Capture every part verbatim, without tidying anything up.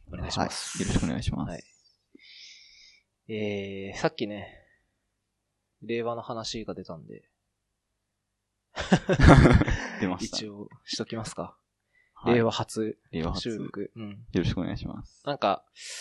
お願いします。 はい。よろしくお願いします。はい。 えー、さっきね、令和の話が出たんで。 出ました。 一応、しときますか。 はい、 令和初。 令和初。 収録。うん。 よろしくお願いします。 なんか、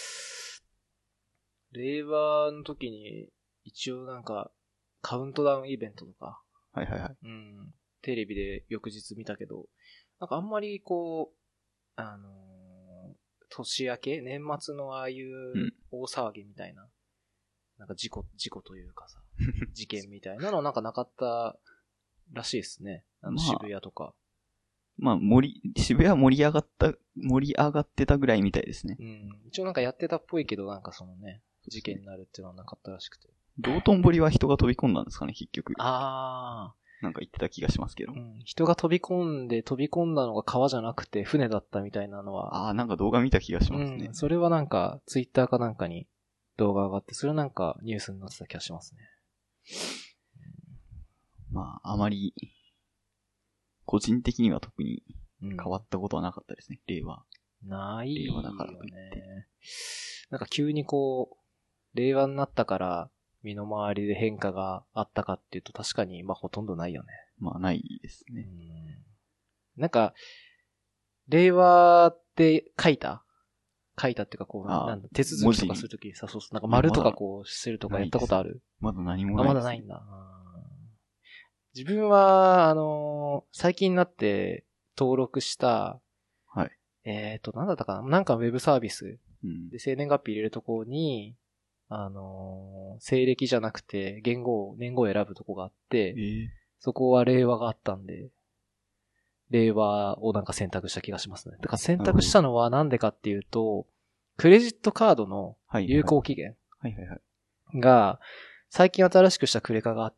令和の時に、一応なんか、カウントダウンイベントとか。 はいはいはい。 うん。テレビで翌日見たけど、なんかあんまりこう、あのー、年明け年末のああいう大騒ぎみたいな、うん、なんか事故、事故というかさ、事件みたいなのなんかなかったらしいですね。あの渋谷とか。 まあ、まあ、盛り、渋谷盛り上がった、盛り上がってたぐらいみたいですね。 うん。一応なんかやってたっぽいけど、なんかそのね、事件になるっていうのはなかったらしくて。 道頓堀は人が飛び込んだんですかね、結局。 ああ。 なんか言ってた気がしますけど。 うん。人が飛び込んで、飛び込んだのが川じゃなくて船だったみたいなのは。 ああ、なんか動画見た気がしますね。 うん。それはなんか、ツイッターかなんかに動画上がって、それなんかニュースになってた気がしますね。 うん、まあ、あまり、個人的には特に変わったことはなかったですね、うん、令和。 ないよね。 令和だからといって。 なんか急にこう、令和になったから、身の回りで変化があったかっていうと確かに、まあほとんどないよね。 まあないですね。 うん、なんか、令和って書いた書いたっていうかこう、なんだ、手続きとかするときにさ、そうそう、なんか丸とかこうするとかやったことある？ まだ何もないです、ね。 あ、まだないんだ。自分は、あのー、最近になって登録した、 はい。 えっと、なんだったかな、なんかウェブサービスで生年月日入れるところに、あのー、西暦じゃなくて元号、年号を選ぶとこがあって、 えー、 そこは令和があったんで、令和をなんか選択した気がしますね。だから選択したのはなんでかっていうと、クレジットカードの有効期限が、最近新しくしたクレカがあって、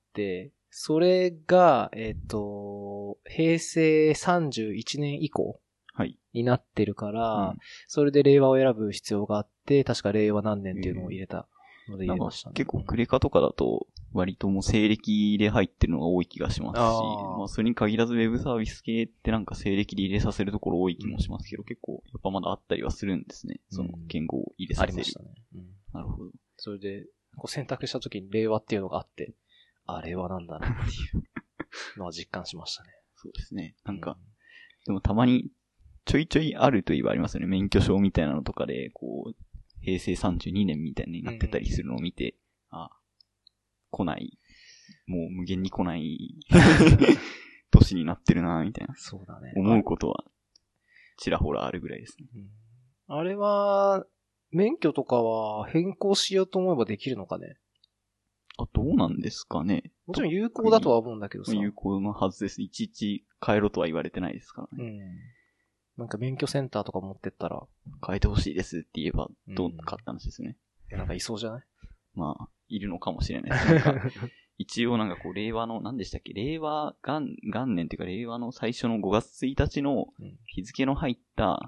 それが、えっと、平成さんじゅういちねん以降になってるから、はいうん、それで令和を選ぶ必要があって、確か令和何年っていうのを入れたので入れましたね。 結構クレカとかだと、割ともう西暦で入ってるのが多い気がしますし、あまあそれに限らずウェブサービス系ってなんか西暦で入れさせるところ多い気もしますけど、うん、結構やっぱまだあったりはするんですね。その言語を入れさせる。 ありましたね。うん、 なるほど。 それで、こう選択した時に令和っていうのがあって、あ、令和なんだなっていうのは実感しましたね。 そうですね。なんか、うん、でもたまにちょいちょいあるといえばありますよね。免許証みたいなのとかで、こう、平成さんじゅうにねんみたいになってたりするのを見て、うん、あ、来ない、もう無限に来ない年になってるなみたいな。 そうだね。 思うことは、ちらほらあるぐらいですね。 うん、あれは、免許とかは変更しようと思えばできるのかね？ あ、どうなんですかね。 もちろん有効だとは思うんだけどさ。 有効のはずです。いちいち変えろとは言われてないですからね。 うん。なんか免許センターとか持ってったら。 変えてほしいですって言えばどうかって話ですね。 うん、なんかいそうじゃない？ まあ、いるのかもしれないです。なんか一応なんかこう、令和の、何でしたっけ、令和元、元年っていうか、令和の最初のごがつついたちの日付の入った、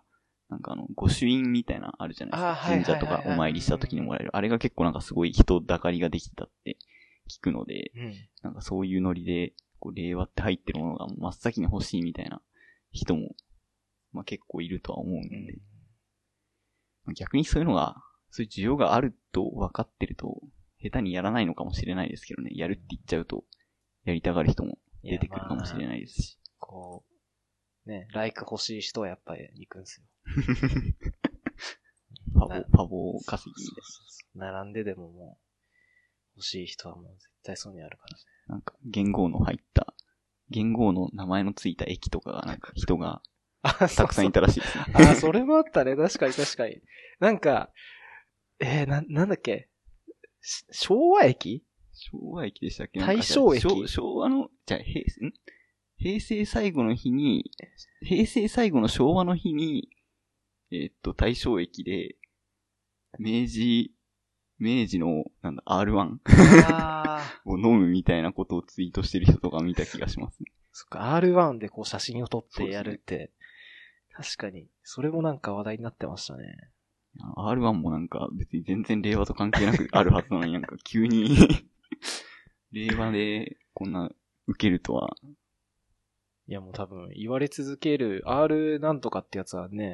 なんかあの、御朱印みたいなあるじゃないですか。神社とかお参りした時にもらえる。あれが結構なんかすごい人だかりができてたって聞くので、うん、なんかそういうノリで、こう、令和って入ってるものが真っ先に欲しいみたいな人も、まあ結構いるとは思うんで、うん、逆にそういうのが、そういう需要があると分かってると、下手にやらないのかもしれないですけどね。やるって言っちゃうと、やりたがる人も出てくるかもしれないですし。 まあ、こう、ね、ライク欲しい人はやっぱり行くんですよ。 パボ、パボ稼ぎみたいな。並んででももう、欲しい人はもう絶対そうにあるからね。 なんか、元号の入った、元号の名前のついた駅とかがなんか人が、たくさんいたらしいですね。 あ、そうそうあ、それもあったね。確かに確かに。なんか、えー、な、なんだっけ昭和駅昭和駅でしたっけ大正駅昭, 昭和の、じゃあ、平成、ん平成最後の日に、平成最後の昭和の日に、えー、っと、大正駅で、明治、明治の、なんだ、アールワン を飲むみたいなことをツイートしてる人とか見た気がしますね。 そっか、アールワン でこう写真を撮ってやるって、ね、確かに、それもなんか話題になってましたね。 アールワン もなんか別に全然令和と関係なくあるはずなのになんか急に令和でこんな受けるとは。 いやもう多分言われ続ける R なんとかってやつはね、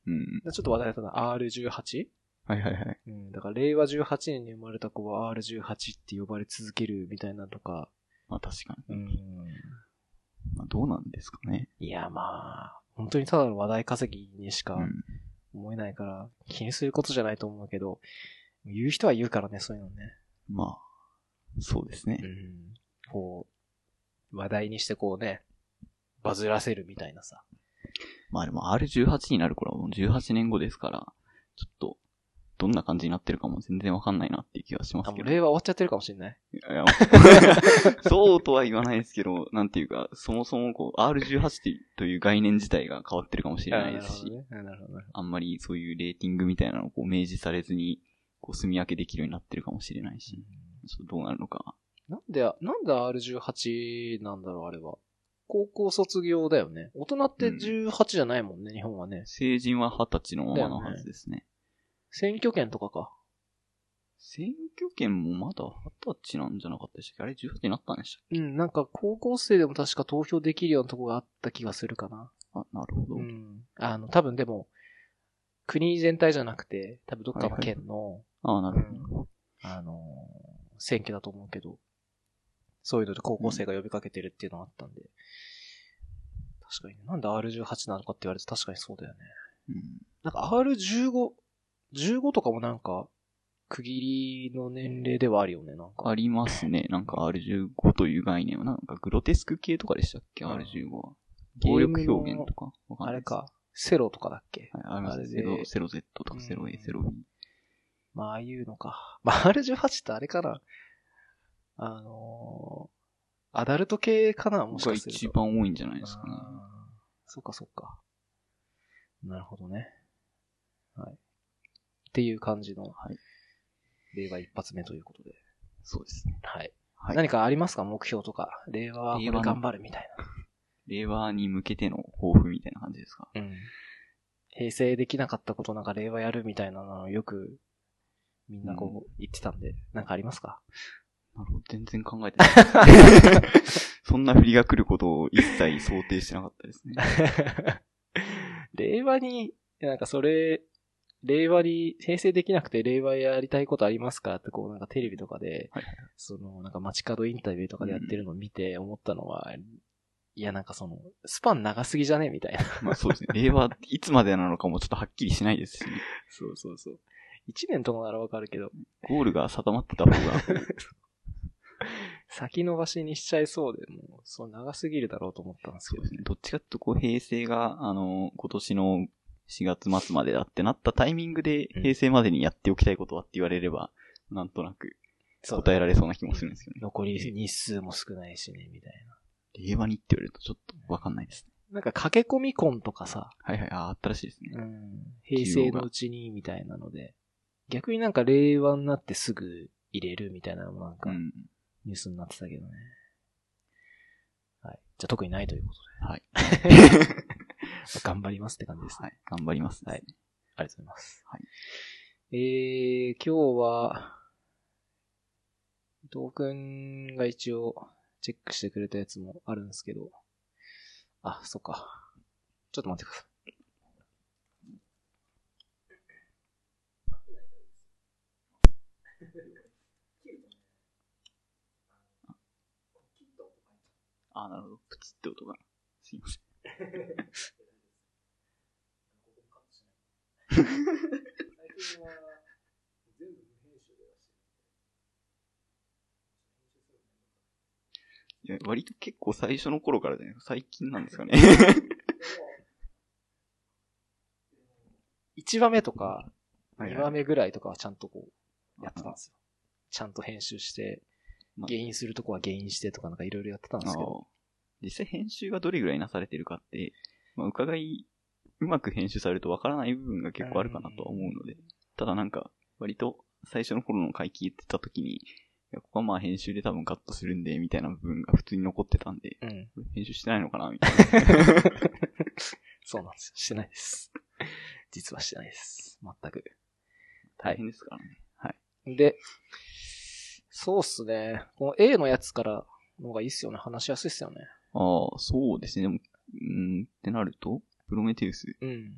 うん。 ちょっと話題だったのは アールじゅうはち？ はいはいはい。 うん。だから令和じゅうはちねんに生まれた子は アールじゅうはち って呼ばれ続けるみたいなとか。 まあ確かに。 うん。 まあどうなんですかね。 いやまあ、本当にただの話題稼ぎにしか思えないから、気にすることじゃないと思うけど、言う人は言うからね、そういうのね。 まあ、そうですね。 うん。こう、話題にしてこうね、バズらせるみたいなさ。 まあでも アールじゅうはち になる頃はもうじゅうはちねんごですから、ちょっと、どんな感じになってるかも全然わかんないなっていう気がしますけど。 あ、もう令和終わっちゃってるかもしれない。いやそうとは言わないですけど、なんていうか、そもそもこう アールじゅうはち という概念自体が変わってるかもしれないですし、ね、あんまりそういうレーティングみたいなのをこう明示されずに、こう住み分けできるようになってるかもしれないし、うん、ちょっとどうなるのか。 なんで、なんで アールじゅうはち なんだろう、あれは。高校卒業だよね。大人ってじゅうはちじゃないもんね、うん、日本はね。 成人ははたちのままのはずですね。ね、 選挙権とかか。 選挙権もまだはたちなんじゃなかったでしたっけ？あれじゅうはちになったんでしたっけ？ うん、なんか高校生でも確か投票できるようなとこがあった気がするかな。 あ、なるほど。 うん。あの、多分でも、国全体じゃなくて、多分どっかの県の、はいはい、 ああ、なるほど。 うん、あのー、選挙だと思うけど、そういうので高校生が呼びかけてるっていうのがあったんで、うん、確かに、なんで アールじゅうはち なのかって言われて確かにそうだよね。うん、なんか アールじゅうご、じゅうごとかもなんか、区切りの年齢ではあるよね、なんか。 ありますね。なんか アールじゅうご という概念は、なんかグロテスク系とかでしたっけ？ アールじゅうご は。暴力表現とかわかんないです。 あれか。セロとかだっけ？ はい、あれあれセロ、セロ Z とかセロ A、セロ B。 まあ、ああいうのか。まあ、アールじゅうはち ってあれかな。あのー、アダルト系かな、もしかすると。 が一番多いんじゃないですかね。 そっかそっか。なるほどね。はい。っていう感じの、はい。令和一発目ということで。 そうですね。 はい。はい、何かありますか？目標とか。令和はこれ頑張るみたいな。 令和に向けての抱負みたいな感じですか？うん。 平成できなかったことなんか令和やるみたいなのをよくみんなこう言ってたんで、うん、なんかありますか？ なるほど。全然考えてない。そんな振りが来ることを一切想定してなかったですね。 令和に、なんかそれ、令和に、平成できなくて令和やりたいことありますかってこうなんかテレビとかで、はいはい、そのなんか街角インタビューとかでやってるのを見て思ったのは、うん、いやなんかその、スパン長すぎじゃねみたいな。 まあそうですね。令和いつまでなのかもちょっとはっきりしないですし、ね。 そうそうそう。一年とかならわかるけど。 ゴールが定まってた方が。 先延ばしにしちゃいそうで、もう、そう長すぎるだろうと思ったんですけど、ね。 そうですね。どっちかっていうとこう平成が、あの、今年のしがつ末までだってなったタイミングで平成までにやっておきたいことはって言われれば、うん、なんとなく答えられそうな気もするんですけどね。 残り日数も少ないしね、みたいな。 令和にって言われるとちょっとわかんないですね。 なんか駆け込み婚とかさ。 はいはい、あ、あったらしいですね。 うん。平成のうちにみたいなので。逆になんか令和になってすぐ入れるみたいなのもなんか、ニュースになってたけどね。はい。じゃあ特にないということで。はい。頑張りますって感じですね。 はい。頑張ります、ね。 はい。ありがとうございます。 はい。 えー、今日は、伊藤くんが一応チェックしてくれたやつもあるんですけど。あ、そっか。ちょっと待ってください。 あ、なるほど。プツって音が。すいません。最近は全部無編集で出してる。いや、割と結構最初の頃からじゃないですか。最近なんですかね。 いちわめとか、にわめぐらいとかはちゃんとこう、やってたんですよ。ちゃんと編集して、原因するとこは原因してとかなんかいろいろやってたんですけど。 実際編集がどれぐらいなされてるかって、まあ、伺い、うまく編集されるとわからない部分が結構あるかなとは思うので、ただなんか、割と最初の頃の回帰言ってた時に、いやここはまあ編集で多分カットするんで、みたいな部分が普通に残ってたんで、うん、編集してないのかなみたいな。 そうなんですよ。してないです。実はしてないです。全く。 大変ですからね。はい。 で、そうっすね。この A のやつからの方がいいっすよね。話しやすいっすよね。 ああ、そうですね。でも、うんってなると、プロメテウス。うん。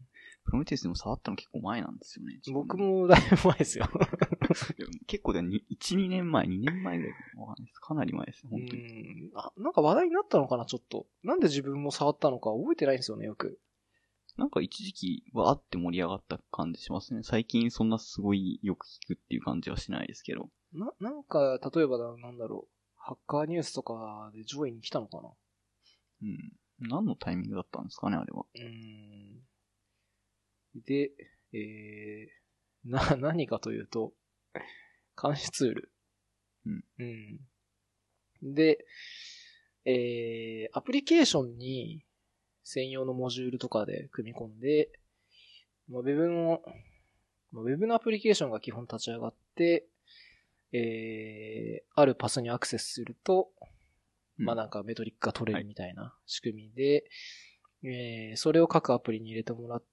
プロメテウスでも触ったの結構前なんですよね。 僕もだいぶ前ですよ。 結構でいち、にねんまえ、にねんまえぐらいわかんないです。かなり前です、本当に。 うんあ。なんか話題になったのかな、ちょっと。なんで自分も触ったのか覚えてないんですよね、よく。 なんか一時期はあって盛り上がった感じしますね。最近そんなすごいよく聞くっていう感じはしないですけど。 な、なんか、例えばだ、なんだろう。ハッカーニュースとかで上位に来たのかな。 うん。何のタイミングだったんですかね、あれは。 うん。で、えー、な、何かというと、監視ツール。 うん。 うん。で、えー、アプリケーションに専用のモジュールとかで組み込んで、まあ、ウェブの、まあ、ウェブのアプリケーションが基本立ち上がって、えー、あるパスにアクセスすると、うん、まあなんかメトリックが取れるみたいな仕組みで、はい、えー、それを各アプリに入れてもらって、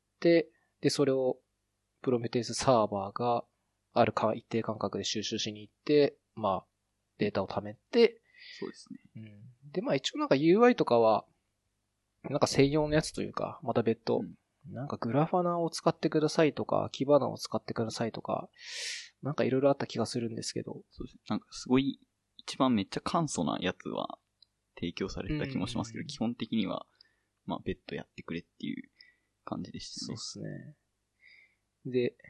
で、それをプロメテウスサーバーがあるか一定間隔で収集しに行って、まあデータを貯めて、 そうですね。 うん、で、まあ一応なんか ユーアイ とかは、なんか専用のやつというか、また別途、うん、なんかグラファナを使ってくださいとか、キバナを使ってくださいとか、なんかいろいろあった気がするんですけど。 そうですね。なんかすごい、一番めっちゃ簡素なやつは提供されてた気もしますけど、基本的には、まあ別途やってくれっていう感じでしたね。 そうですね。で、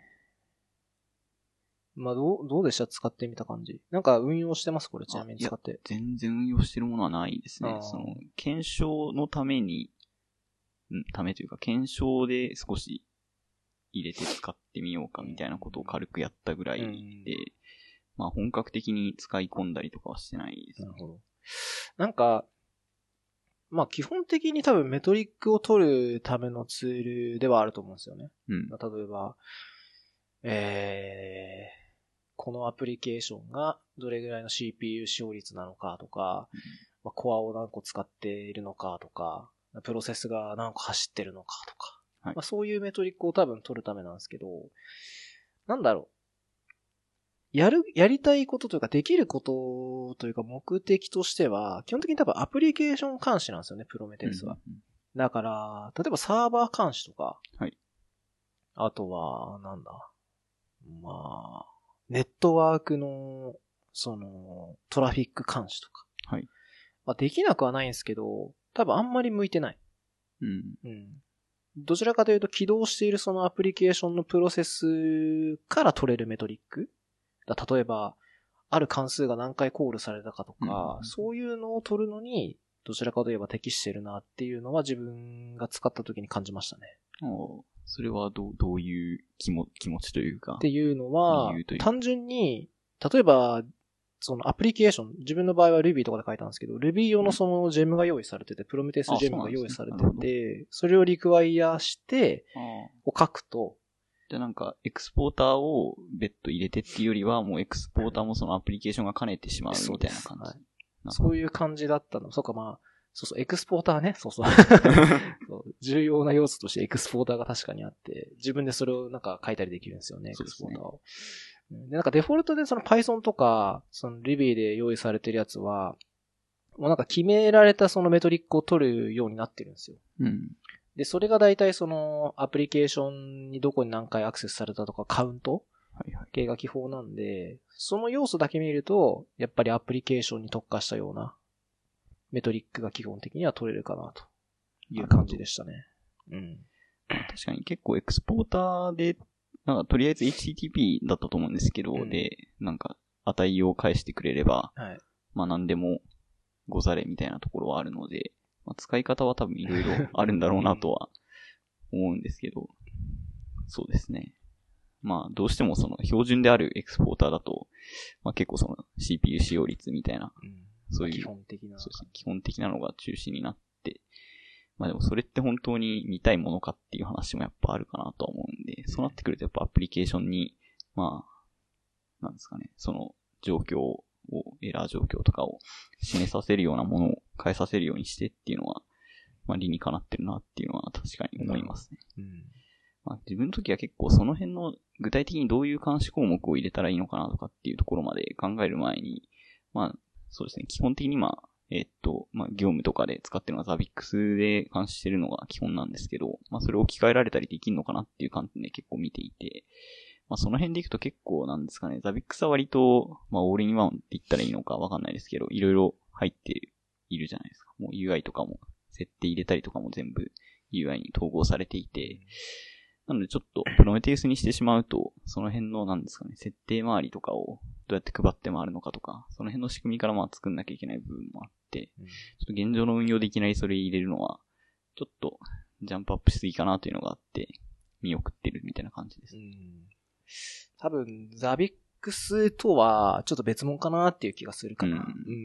まあどう、どうでした使ってみた感じ。なんか運用してますこれちなみに使って。 全然運用してるものはないですね。その、検証のために、うん、ためというか、検証で少し入れて使ってみようかみたいなことを軽くやったぐらいで、うん、まあ本格的に使い込んだりとかはしてないですね。 なるほど。なんか、まあ基本的に多分メトリックを取るためのツールではあると思うんですよね。 うん、 例えば、えー、このアプリケーションがどれぐらいの シーピーユー 使用率なのかとか、うんまあ、コアを何個使っているのかとか、プロセスが何個走ってるのかとか、はいまあ、そういうメトリックを多分取るためなんですけど、なんだろう。やる、やりたいことというか、できることというか、目的としては、基本的に多分アプリケーション監視なんですよね、プロメテウスは。うんうんうん、だから、例えばサーバー監視とか、 はい、 あとは、なんだ、まあ、ネットワークの、その、トラフィック監視とか。 はい。 まあ、できなくはないんですけど、多分あんまり向いてない。 うん。 うん。どちらかというと、起動しているそのアプリケーションのプロセスから取れるメトリック。だ例えば、ある関数が何回コールされたかとか、うん、そういうのを取るのに、どちらかといえば適してるなっていうのは自分が使った時に感じましたね。 おそれはどう、どういう気も気持ちというか。 っていうのは、単純に、例えば、そのアプリケーション、自分の場合は Ruby とかで書いたんですけど、Ruby 用のそのジェムが用意されてて、プロメテウスジェムが用意されてて、それをリクワイアして、を書くと、 じゃあなんか、エクスポーターを別途入れてっていうよりは、もうエクスポーターもそのアプリケーションが兼ねてしまうみたいな感じ。はい、 そういう感じだったの。そうか、まあ、そうそう、エクスポーターね、そうそう。そう重要な要素としてエクスポーターが確かにあって、自分でそれをなんか書いたりできるんですよね、エクスポーターを。で、なんかデフォルトでその Python とか、その Ruby で用意されてるやつは、もうなんか決められたそのメトリックを取るようになってるんですよ。 うん。 で、それが大体そのアプリケーションにどこに何回アクセスされたとかカウント系が記法なんで、その要素だけ見ると、やっぱりアプリケーションに特化したようなメトリックが基本的には取れるかなという感じでしたね。うん。 確かに結構エクスポーターで、なんかとりあえず エイチティーティーピー だったと思うんですけど、うん、で、なんか値を返してくれれば、はい、まあ何でもござれみたいなところはあるので、まあ、使い方は多分いろいろあるんだろうなとは思うんですけど、そうですね。まあどうしてもその標準であるエクスポーターだと、まあ結構その シーピーユー 使用率みたいな、うんそういう、 基本的な。 そうですね。基本的なのが中心になって、まあでもそれって本当に見たいものかっていう話もやっぱあるかなとは思うんで、そうなってくるとやっぱアプリケーションに、まあ、なんですかね、その状況を、エラー状況とかを示させるようなものを変えさせるようにしてっていうのは、まあ理にかなってるなっていうのは確かに思いますね。うん、まあ、自分の時は結構その辺の具体的にどういう監視項目を入れたらいいのかなとかっていうところまで考える前に、まあ、そうですね。基本的にまあ、 えっと、まあ、業務とかで使ってるのは Zabbix で監視してるのが基本なんですけど、まあ、それを置き換えられたりできるのかなっていう観点で結構見ていて、まあ、その辺でいくと結構なんですかね、Zabbix は割と、まあ、オールインワンって言ったらいいのかわかんないですけど、いろいろ入っているじゃないですか。もう ユーアイ とかも、設定入れたりとかも全部 ユーアイ に統合されていて、なのでちょっとプロメテウスにしてしまうと、その辺のなんですかね、設定周りとかをどうやって配って回るのかとか、その辺の仕組みからまあ作んなきゃいけない部分もあって、うん、ちょっと現状の運用でいきなりそれ入れるのは、ちょっとジャンプアップしすぎかなというのがあって、見送ってるみたいな感じです。うん、 多分、Zabbix とはちょっと別物かなっていう気がするかな。うんうん、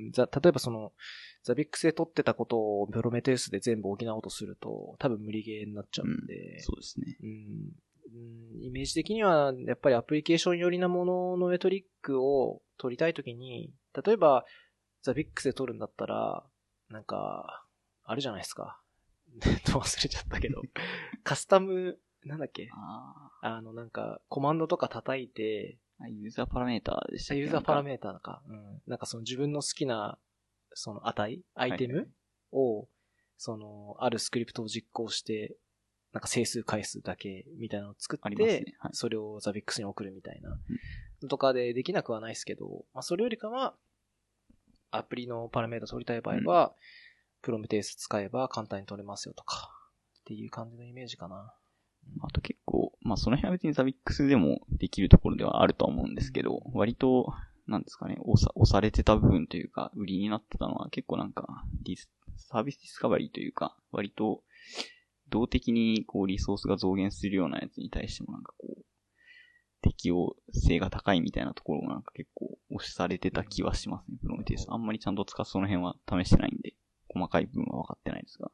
例えばその、Zabbix で取ってたことをプロメテウスで全部補おうとすると、多分無理ゲーになっちゃうんで。 うん、そうですね。 うんうん、イメージ的には、やっぱりアプリケーション寄りなもののメトリックを取りたいときに、例えば、Zabbix で取るんだったら、なんか、あるじゃないですか。忘れちゃったけど。カスタム、なんだっけああの、なんか、コマンドとか叩いて、 ユーザーパラメーターでしたっけ？ ユーザーパラメーターか。うん。なんかその自分の好きな、その値、アイテムを、はい、その、あるスクリプトを実行して、なんか整数回数だけみたいなのを作って、ねはい、それを Zabbix に送るみたいな、うん、とかでできなくはないですけど、まあそれよりかは、アプリのパラメータ取りたい場合は、うん、プロメテウス使えば簡単に取れますよとか、っていう感じのイメージかな。 うん、あと結構、まあその辺は別に Zabbix でもできるところではあるとは思うんですけど、うん、割と、なんですかね、押さ、押されてた部分というか、売りになってたのは結構なんか、ディス、サービスディスカバリーというか、割と、動的にこうリソースが増減するようなやつに対してもなんかこう、適応性が高いみたいなところがなんか結構押されてた気はしますね、プロメテウス。あんまりちゃんと使ってその辺は試してないんで、細かい部分は分かってないですが。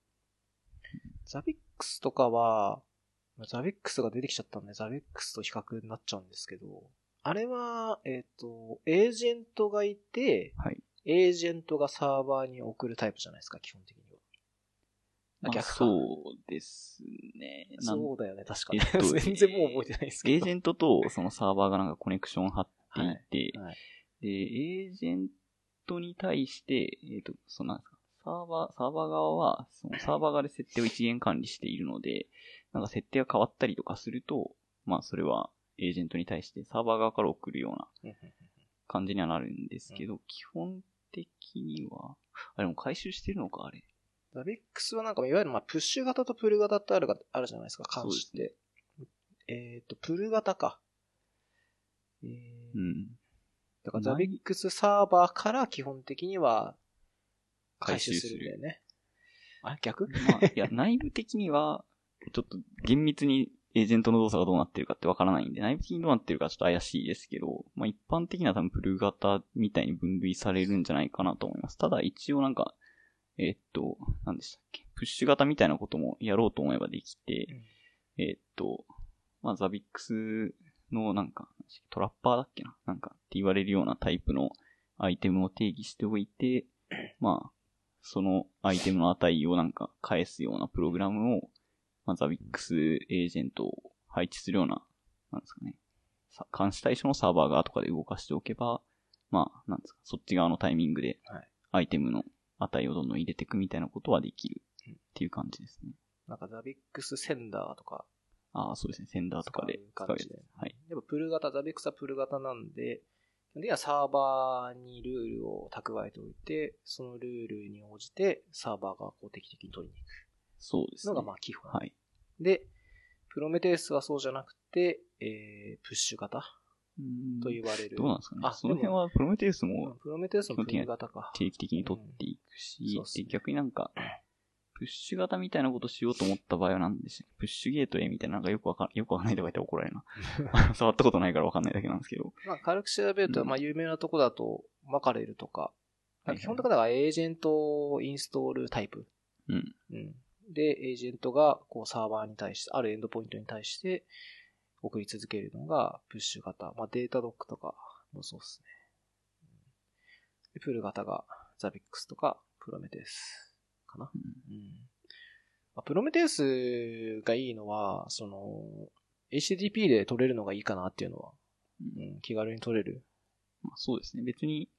Zabbix とかは、Zabbix が出てきちゃったんで、Zabbix と比較になっちゃうんですけど、あれは、えっと、エージェントがいて、はい、エージェントがサーバーに送るタイプじゃないですか、基本的には。 まあ、逆か。そうですね。 そうだよね、確かに。えっと、全然もう覚えてないですけど。 エージェントとそのサーバーがなんかコネクション貼っていて、はいはい、で、エージェントに対して、えっと、そのなんですか、サーバー、サーバー側は、そのサーバー側で設定を一元管理しているので、なんか設定が変わったりとかすると、まあそれはエージェントに対してサーバー側から送るような感じにはなるんですけど、基本的には、あれも回収してるのか、あれ。 Zabbix はなんか、いわゆるまあプッシュ型とプル型ってあるが、あるじゃないですか、監視って。ね、えっ、ー、と、プル型か。えー、うん。だから Zabbix サーバーから基本的には回収するんだよね。あ、逆？ まあ、いや、内部的には、ちょっと厳密にエージェントの動作がどうなってるかってわからないんで、内部的にどうなってるかちょっと怪しいですけど、まあ一般的には多分プル型みたいに分類されるんじゃないかなと思います。ただ一応なんか、えー、っと、何でしたっけ？プッシュ型みたいなこともやろうと思えばできて、うん、えー、っと、まあ、Zabbix のなんか、トラッパーだっけななんかって言われるようなタイプのアイテムを定義しておいて、まあ、そのアイテムの値をなんか返すようなプログラムを、まあ、Zabbix エージェントを配置するような、なんですかね。監視対象のサーバー側とかで動かしておけば、まあ、なんですか、そっち側のタイミングで、アイテムの値をどんどん入れていくみたいなことはできるっていう感じですね。 なんか Zabbix センダーとか。 ああ、そうですね。センダーとかで使うやつ。 はい。でもプル型、Zabbix はプル型なんで、基本的にはサーバーにルールを蓄えておいて、そのルールに応じてサーバーがこう定期的に取りに行く。 そうですね。 のがまあ基本。 はい。 で、プロメテウスはそうじゃなくて、えー、プッシュ型と言われる。 どうなんですかね。あ、その辺はプロメテウスも、 プロメテウスもプル型か。 定期的に取っていくし、うんでね、逆になんか、プッシュ型みたいなことしようと思った場合は何でしたっけ？プッシュゲートウェイみたいな、なんかよくわかん、よくわかんないとか言って怒られるな。触ったことないからわかんないだけなんですけど。 まあ、軽く調べると、うん、まあ、有名なとこだと、マカレルとか、基本的にはエージェントインストールタイプ。 うん。 うん。で、エージェントが、こう、サーバーに対して、あるエンドポイントに対して、送り続けるのが、プッシュ型。まあ、データドックとかもそうですね。で、プル型が、Zabbixとか、プロメテウスかな。うん。うんまあ、プロメテウスがいいのは、その、エイチティーティーピー で取れるのがいいかなっていうのは、うん、気軽に取れる。 まあ、そうですね。別に、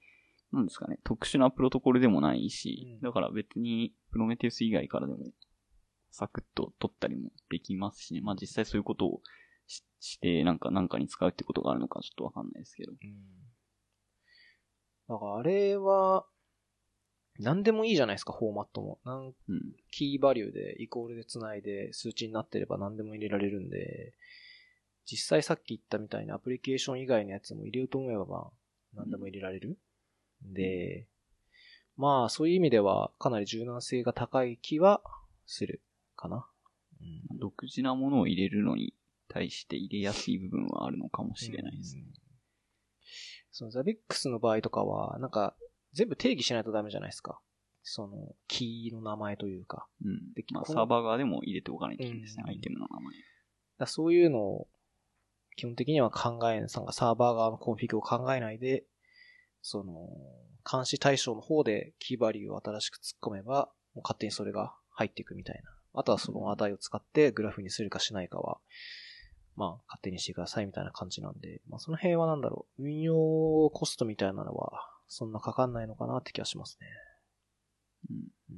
なんですかね、特殊なプロトコルでもないし、うん、だから別にプロメテウス以外からでもサクッと取ったりもできますしね。まあ実際そういうことを し, してなんかなんかに使うってことがあるのかちょっとわかんないですけど。うん、 だからあれは何でもいいじゃないですか、フォーマットも。なん、うん、キーバリューでイコールで繋いで数値になってれば何でも入れられるんで、実際さっき言ったみたいなアプリケーション以外のやつも入れようと思えばまあ何でも入れられる。うん、で、まあそういう意味ではかなり柔軟性が高い気はするかな。 うん、独自なものを入れるのに対して入れやすい部分はあるのかもしれないですね。うん、 そのザビックスの場合とかはなんか全部定義しないとダメじゃないですか。その、キーの名前というか。 うん。で、まあ、サーバー側でも入れておかないといけないですね、うん、アイテムの名前。 だそういうのを、基本的には考えんさんがサーバー側のコンフィグを考えないで、その、監視対象の方でキーバリューを新しく突っ込めば、もう勝手にそれが入っていくみたいな。あとはその値を使ってグラフにするかしないかは、まあ、勝手にしてくださいみたいな感じなんで、まあ、その辺はなんだろう、運用コストみたいなのは、そんなかかんないのかなって気がしますね。うんうん、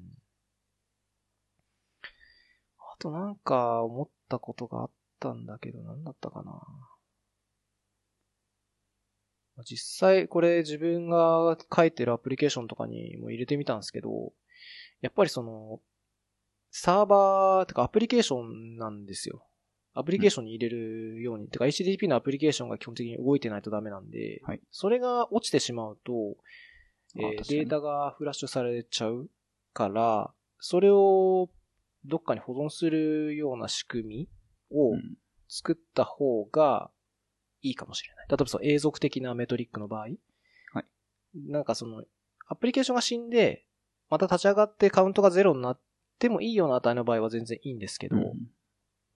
あとなんか思ったことがあったんだけど、なんだったかな。実際これ自分が書いてるアプリケーションとかにも入れてみたんですけど、やっぱりその、サーバーとかアプリケーションなんですよ。アプリケーションに入れるように、うん、てか エイチティーティーピー のアプリケーションが基本的に動いてないとダメなんで、はい、それが落ちてしまうと、えー、データがフラッシュされちゃうから、それをどっかに保存するような仕組みを作った方がいいかもしれない。例えばその永続的なメトリックの場合、はい、なんかそのアプリケーションが死んで、また立ち上がってカウントがゼロになってもいいような値の場合は全然いいんですけど、うん、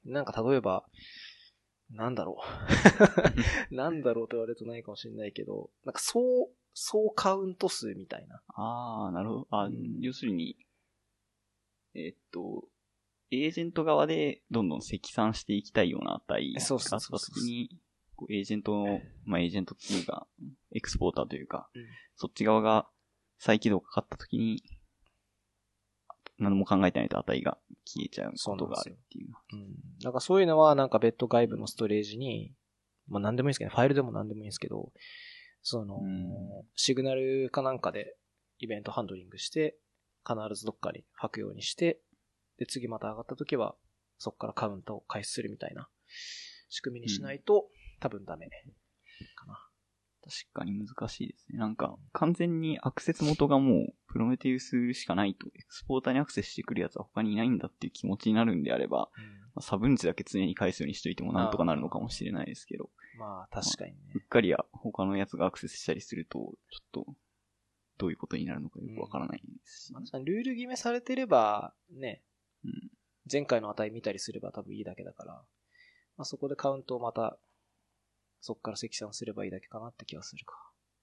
なんか例えば、なんだろう。なんだろうと言われるとないかもしれないけど、なんかそう、総カウント数みたいな。 ああ、なるほど。あ、うん、要するに、えー、っと、エージェント側でどんどん積算していきたいような値があったときに、エージェントの、まあ、エージェントっていうか、エクスポーターというか、うん、そっち側が再起動かかったときに、何も考えてないと値が消えちゃうことがあるっていう。 うん。だからそういうのはなんか別途外部のストレージに、まあ何でもいいんですけど、ファイルでも何でもいいんですけど、その、うん、シグナルかなんかでイベントハンドリングして、必ずどっかに吐くようにして、で、次また上がった時は、そこからカウントを開始するみたいな仕組みにしないと、うん、多分ダメかな。 確かに難しいですね。なんか、完全にアクセス元がもう、プロメテウスしかないと、エクスポーターにアクセスしてくるやつは他にいないんだっていう気持ちになるんであれば、うんまあ、差分値だけ常に返すようにしといてもなんとかなるのかもしれないですけど。 まあ、確かにね、まあ。 うっかりや他のやつがアクセスしたりすると、ちょっと、どういうことになるのかよくわからないですし、ね。 うん、ルール決めされてれば、ね、うん、前回の値見たりすれば多分いいだけだから、まあ、そこでカウントをまた、そこから積算すればいいだけかなって気がするか。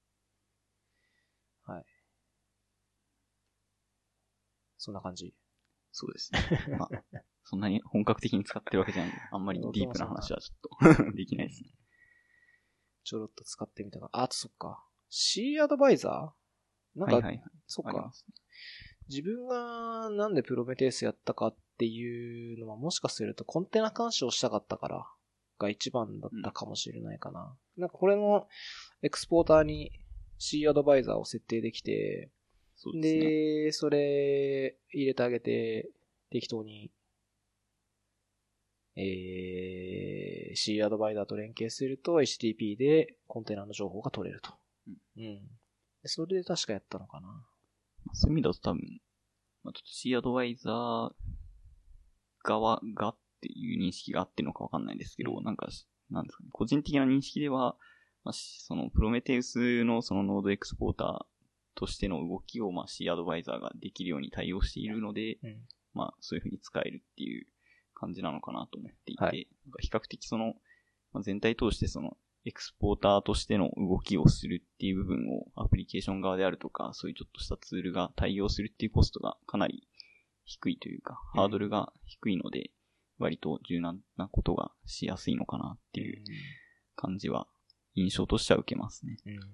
はい。そんな感じ。 そうですね。まあ、そんなに本格的に使ってるわけじゃないんで、あんまりディープな話はちょっとできないですね。 ちょろっと使ってみたか。あ、あとそっか。C アドバイザーなんか、はいはいはい、そっか、ね。自分がなんでプロメテウスやったかっていうのはもしかするとコンテナ監視をしたかったからが一番だったかもしれないかな。うん、なんかこれのエクスポーターに C アドバイザーを設定できて、そうですね、で、それ入れてあげて適当に、えー、C アドバイザーと連携すると エイチティーティーピー でコンテナの情報が取れると。うん。うん、でそれで確かやったのかな。 そういう意味だと多分、まあ、ちょっと C アドバイザー側がっていう認識があってるのかわかんないですけど、うん、なんか、なんですかね、個人的な認識では、まあ、そのプロメテウスのそのノードエクスポーターとしての動きをまあ C アドバイザーができるように対応しているので、うん、まあそういう風に使えるっていう感じなのかなと思っていて、はい、なんか比較的その、まあ、全体通してそのエクスポーターとしての動きをするっていう部分をアプリケーション側であるとか、そういうちょっとしたツールが対応するっていうコストがかなり低いというか、ハードルが低いので、割と柔軟なことがしやすいのかなっていう感じは印象としては受けますね。うん、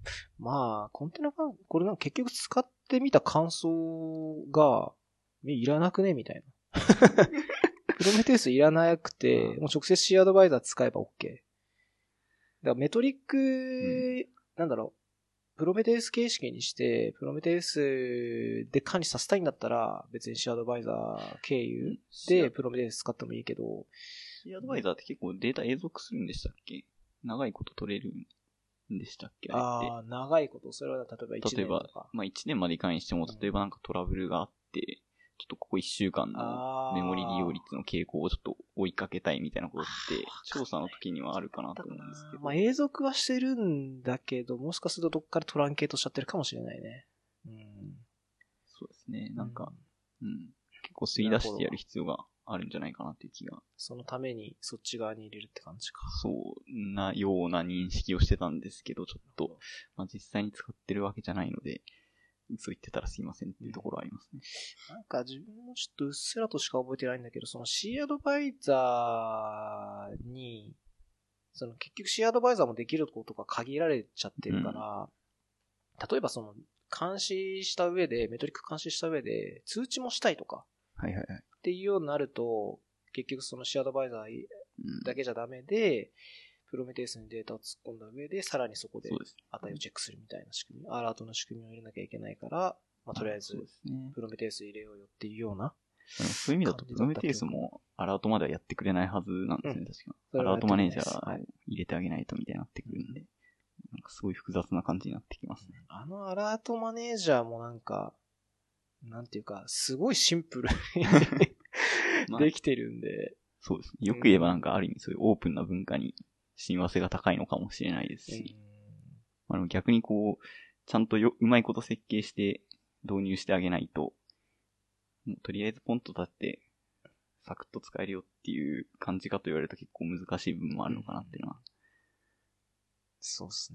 まあ、コンテナが、これなんか結局使ってみた感想が、いらなくねみたいな。プロメテウスいらなくて、もう直接 C アドバイザー使えば OK。だからメトリック、うん、なんだろう、プロメテウス形式にして、プロメテウスで管理させたいんだったら、別に C アドバイザー経由でプロメテウス使ってもいいけど。 C アドバイザーって結構データ永続するんでしたっけ？長いこと取れるんでしたっけ？ ああ、長いこと。それは例えばいちねんとか。 例えば、まあいちねんまでいかにしても、例えばなんかトラブルがあって、うん、ちょっとここいっしゅうかんのメモリ利用率の傾向をちょっと追いかけたいみたいなことって調査の時にはあるかなと思うんですけど。 まあ永続はしてるんだけど、もしかするとどっからトランケートしちゃってるかもしれないね。うん、 そうですね。なんか、うん、うん、結構吸い出してやる必要があるんじゃないかなっていう気が。 そのためにそっち側に入れるって感じか。 そうなような認識をしてたんですけど、ちょっと、まあ、実際に使ってるわけじゃないので、嘘言ってたらすいませんっていうところはありますね。 うん、なんか自分もちょっとうっすらとしか覚えてないんだけど、その C アドバイザーに、その結局 C アドバイザーもできることが限られちゃってるから、うん、例えばその監視した上で、メトリック監視した上で通知もしたいとか、 はいはいはい。 っていうようになると、結局その C アドバイザーだけじゃダメで、うん、プロメテウスにデータを突っ込んだ上で、さらにそこで値をチェックするみたいな仕組み、アラートの仕組みを入れなきゃいけないから、まあ、とりあえず、プロメテウス入れようよっていうような。 そういう意味だと、プロメテウスもアラートまではやってくれないはずなんですね、うん、確か。アラートマネージャーを入れてあげないとみたいになってくるんで、はい、なんかすごい複雑な感じになってきますね。 あのアラートマネージャーもなんか、なんていうか、すごいシンプルにできてるんで、 まあ。そうですね。よく言えばなんかある意味そういうオープンな文化に親和性が高いのかもしれないですし、まあ、逆にこう、ちゃんとようまいこと設計して導入してあげないと、もうとりあえずポンと立ってサクッと使えるよっていう感じかと言われると結構難しい部分もあるのかなっていうのは。うん、 そうですね。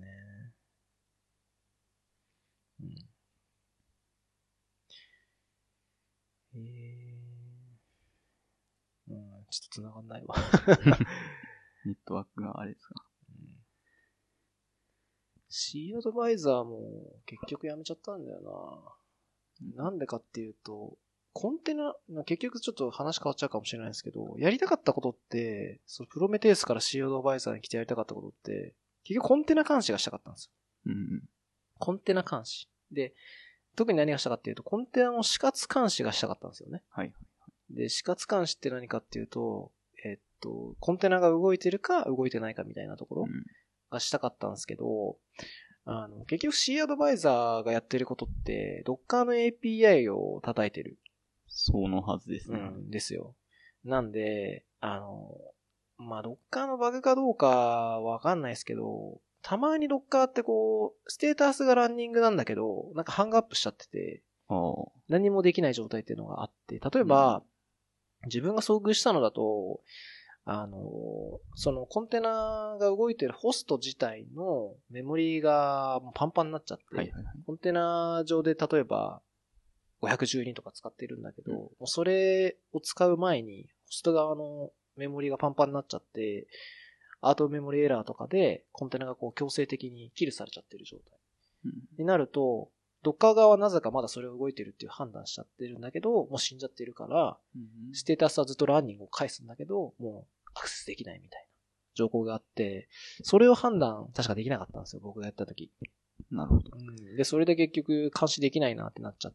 うん。えー、うん、ちょっと繋がんないわ。 ネットワークがあれですか。うん、 C アドバイザーも結局やめちゃったんだよな。なんでかっていうと、コンテナ、結局ちょっと話変わっちゃうかもしれないですけど、やりたかったことって、そのプロメテウスから C アドバイザーに来てやりたかったことって、結局コンテナ監視がしたかったんですよ。うん、コンテナ監視。で、特に何がしたかっていうと、コンテナの死活監視がしたかったんですよね。 はい。 で、死活監視って何かっていうと、えっと、コンテナが動いてるか動いてないかみたいなところがしたかったんですけど、うん、あの、結局 C アドバイザーがやってることって、Docker の エーピーアイ を叩いてる。 そのはずですね。 うん、ですよ。なんで、あの、まあ、Docker のバグかどうかわかんないですけど、たまに Docker ってこう、ステータスがランニングなんだけど、なんかハングアップしちゃってて、何もできない状態っていうのがあって、例えば、うん、自分が遭遇したのだと、あの、そのコンテナが動いてるホスト自体のメモリがもうパンパンになっちゃって、はいはいはい、コンテナ上で例えばごひゃくじゅうにとか使ってるんだけど、うん、もうそれを使う前にホスト側のメモリがパンパンになっちゃって、アートメモリエラーとかでコンテナがこう強制的にキルされちゃってる状態、うん、になると、ドッカー側はなぜかまだそれを動いてるっていう判断しちゃってるんだけど、もう死んじゃってるから、うん、ステータスはずっとランニングを返すんだけど、もうアクセスできないみたいな条項があって、それを判断確かできなかったんですよ、僕がやった時。 なるほど。 うん、で、それで結局監視できないなってなっちゃって、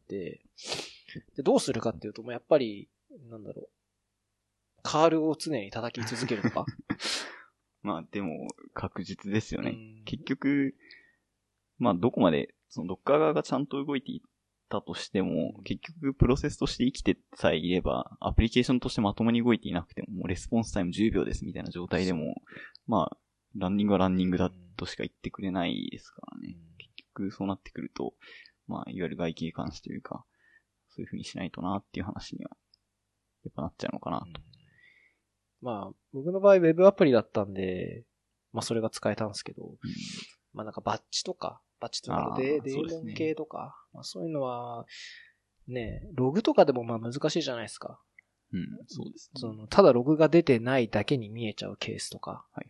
で、どうするかっていうと、もうやっぱり、なんだろう、カールを常に叩き続けるとか。 まあでも確実ですよね。結局、まあどこまで、そのドッカー側がちゃんと動いていったとしても、結局プロセスとして生きてさえいれば、アプリケーションとしてまともに動いていなくても、もうレスポンスタイムじゅうびょうですみたいな状態でも、まあ、ランニングはランニングだとしか言ってくれないですからね。結局そうなってくると、まあ、いわゆる外形監視というか、そういう風にしないとなっていう話には、やっぱなっちゃうのかなと。うん、 まあ、僕の場合ウェブアプリだったんで、まあそれが使えたんですけど、うん、まあなんかバッチとか、バッチとかデーモン系とか、そう、ね、まあ、そういうのは、ね、ログとかでもまあ難しいじゃないですか。 うん、そうですね。 そのただログが出てないだけに見えちゃうケースとか。はいはいはい。う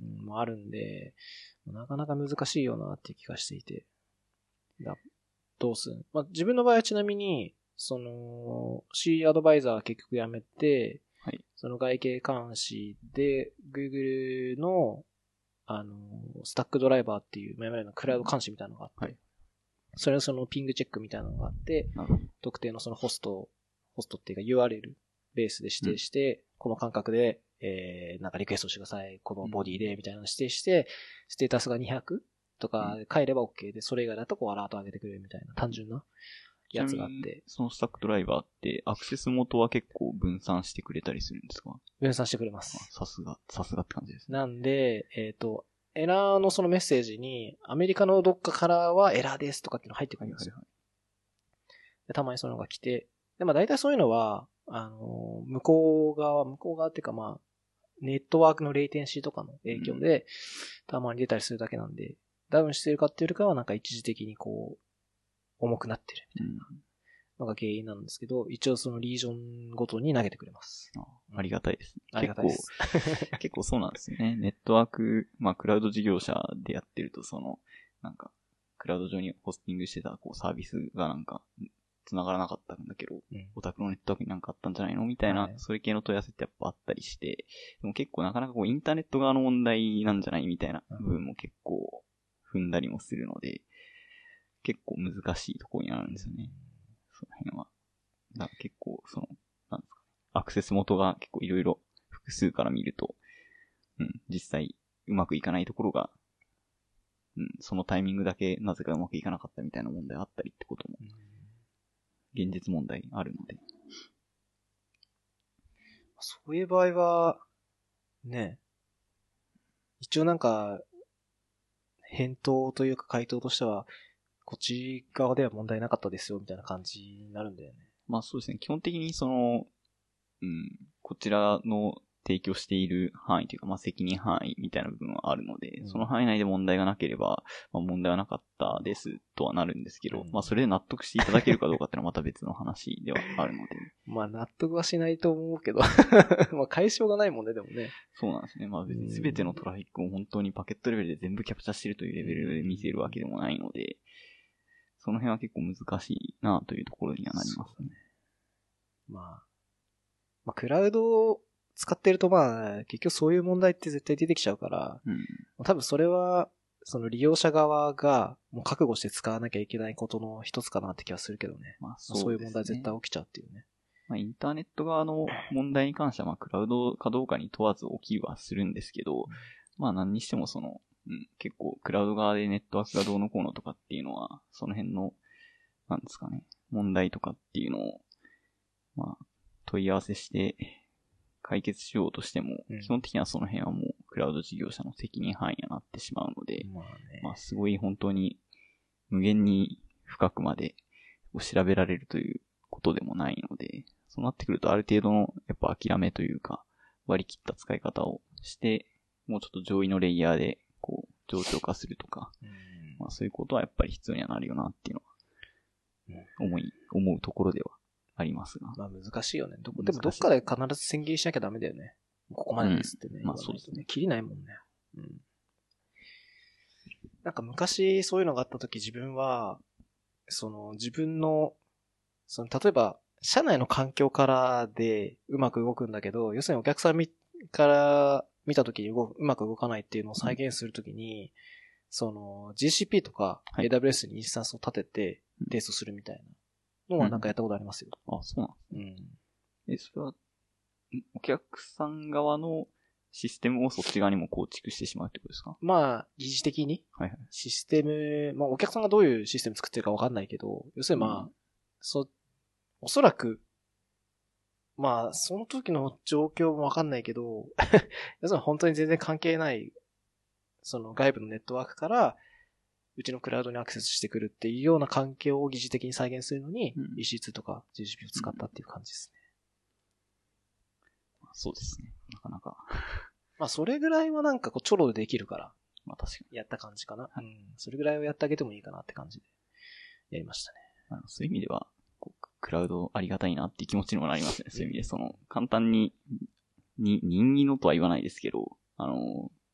うん、もあるんで、なかなか難しいよなっていう気がしていて。だどうする？まあ、自分の場合はちなみに、その、C アドバイザーは結局やめて、 はい、 その外形監視で、Google の、あの、スタックドライバーっていう、まあ、いわゆるクラウド監視みたいなのがあって、はい、それはそのピングチェックみたいなのがあって、特定のそのホスト、ホストっていうか ユーアールエル ベースで指定して、うん、この間隔で、えー、なんかリクエストしてください。このボディで、みたいなの指定して、ステータスがにひゃくとか変えれば OK で、それ以外だとこうアラート上げてくれるみたいな単純なやつがあって。 そのスタックドライバーってアクセス元は結構分散してくれたりするんですか？ 分散してくれます。 さすが、さすがって感じですね。 なんで、えっと、エラーのそのメッセージに、アメリカのどっかからはエラーですとかっていうの入ってくるんですよ。はいはいはい、でたまにそういうのが来て、で、まあ大体そういうのは、あの、向こう側、向こう側っていうかまあ、ネットワークのレイテンシーとかの影響で、うん、たまに出たりするだけなんで、ダウンしてるかっていうよりかはなんか一時的にこう、重くなってるみたいなのが原因なんですけど、一応そのリージョンごとに投げてくれます。 あ, ありがたいですね。 ありがたいです。 結構そうなんですよね。ネットワーク、まあクラウド事業者でやってると、その、なんか、クラウド上にホスティングしてたこうサービスがなんか、繋がらなかったんだけど、うん、お宅のネットワークになんかあったんじゃないのみたいな、はい、そういう系の問い合わせってやっぱあったりして、でも結構なかなかこうインターネット側の問題なんじゃないみたいな部分も結構踏んだりもするので、結構難しいところになるんですよね。その辺は。だから結構、その、なんですかね。アクセス元が結構いろいろ複数から見ると、うん、実際うまくいかないところが、うん、そのタイミングだけなぜかうまくいかなかったみたいな問題あったりってことも、現実問題あるので。 そういう場合は、ね、一応なんか、返答というか回答としては、こっち側では問題なかったですよ、みたいな感じになるんだよね。 まあそうですね。基本的にその、うん、こちらの提供している範囲というか、まあ責任範囲みたいな部分はあるので、うん、その範囲内で問題がなければ、まあ問題はなかったですとはなるんですけど、うん、まあそれで納得していただけるかどうかっていうのはまた別の話ではあるので。 まあ納得はしないと思うけど、まあ解消がないもんね、でもね。 そうなんですね。まあ別に全てのトラフィックを本当にパケットレベルで全部キャプチャしてるというレベルで見せるわけでもないので、その辺は結構難しいなというところにはなりますね。 まあ、まあ、クラウドを使ってるとまあ、結局そういう問題って絶対出てきちゃうから、うん、多分それは、その利用者側がもう覚悟して使わなきゃいけないことの一つかなって気がするけどね。まあそうですね。そういう問題絶対起きちゃうっていうね。 まあ、インターネット側の問題に関しては、まあ、クラウドかどうかに問わず起きはするんですけど、うん、まあ何にしてもその、うん、結構クラウド側でネットワークがどうのこうのとかっていうのは、その辺の、なんですかね、問題とかっていうのを、まあ、問い合わせして解決しようとしても、うん、基本的にはその辺はもうクラウド事業者の責任範囲になってしまうので、まあね、まあすごい本当に無限に深くまで調べられるということでもないので、そうなってくるとある程度のやっぱ諦めというか、割り切った使い方をして、もうちょっと上位のレイヤーでこう冗長化するとか、うん、まあそういうことはやっぱり必要にはなるよなっていうのは、思い、思うところではありますが。 まあ難しいよね。どこ、でもどっかで必ず宣言しなきゃダメだよね。ここまでですってね。うん、まあそうですね。切りないもんね。うん。なんか昔そういうのがあった時自分は、その自分の、その例えば、社内の環境からでうまく動くんだけど、要するにお客さんから見たときにうまく動かないっていうのを再現するときに、うん、その ジーシーピー とか エーダブリューエス にインスタンスを立ててテストするみたいなのはなんかやったことありますよ。 うん、あ、そうなんですね。うん。え、それは、お客さん側のシステムをそっち側にも構築してしまうってことですか？ まあ、疑似的に。はいはい。システム、まあお客さんがどういうシステム作ってるかわかんないけど、要するにまあ、うん、そ、おそらく、まあ、その時の状況もわかんないけど、要するに本当に全然関係ない、その外部のネットワークから、うちのクラウドにアクセスしてくるっていうような環境を疑似的に再現するのに、うん、イーシーツー とか ジーシーピー を使ったっていう感じですね。 うん、そうですね。なかなか。 まあ、それぐらいはなんかこう、ちょろでできるから、 まあ確かに。 やった感じかな。はい、うん。それぐらいをやってあげてもいいかなって感じで、やりましたね。 あのそういう意味では、クラウドありがたいなっていう気持ちにもなりますね。そういう意味で、その、簡単に、に、任意のとは言わないですけど、あの、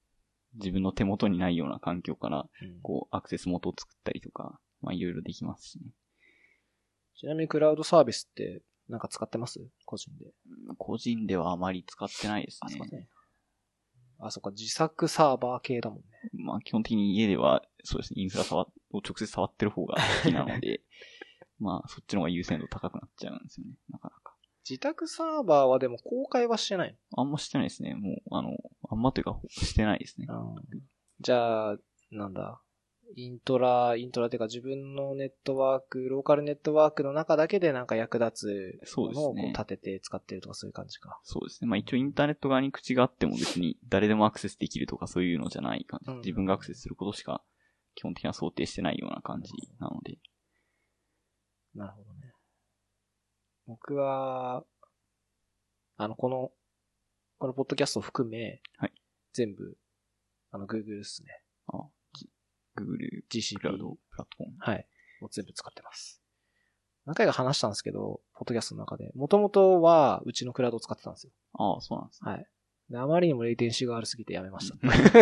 自分の手元にないような環境から、こう、アクセス元を作ったりとか、まあいろいろできますしね。 ちなみにクラウドサービスってなんか使ってます？個人で。 個人ではあまり使ってないですね。 あ、そうね。あ、そっか、自作サーバー系だもんね。 まあ基本的に家では、そうですね、インフラ触を直接触ってる方が好きなので、まあそっちの方が優先度高くなっちゃうんですよね、なかなか。 自宅サーバーはでも公開はしてないの？あんましてないですね。もう、あの、あんまというかしてないですね。 じゃあ、なんだ。イントラ、イントラっていうか自分のネットワーク、ローカルネットワークの中だけでなんか役立つものをこう立てて使ってるとかそういう感じか。 そうですね。まあ一応インターネット側に口があっても別に誰でもアクセスできるとかそういうのじゃない感じ。うん、自分がアクセスすることしか基本的には想定してないような感じなので。 なるほどね。僕は、あの、この、このポッドキャストを含め、 はい。 全部、あの、Google ですね。 ああ、Google ジーシーピークラウドプラットフォーム。 はい。もう全部使ってます。何回か話したんですけど、ポッドキャストの中で。もともとは、うちのクラウドを使ってたんですよ。 ああ、そうなんですね。はい。で、あまりにもレイテンシーが悪すぎてやめました。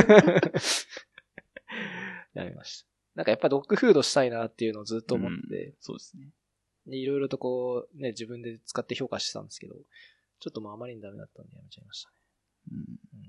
やめました。なんかやっぱドッグフードしたいなっていうのをずっと思ってて、うん、 そうですね。 で、いろいろとこう、ね、自分で使って評価してたんですけど、ちょっともうあまりにダメだったんでやめちゃいましたね。うん。うん、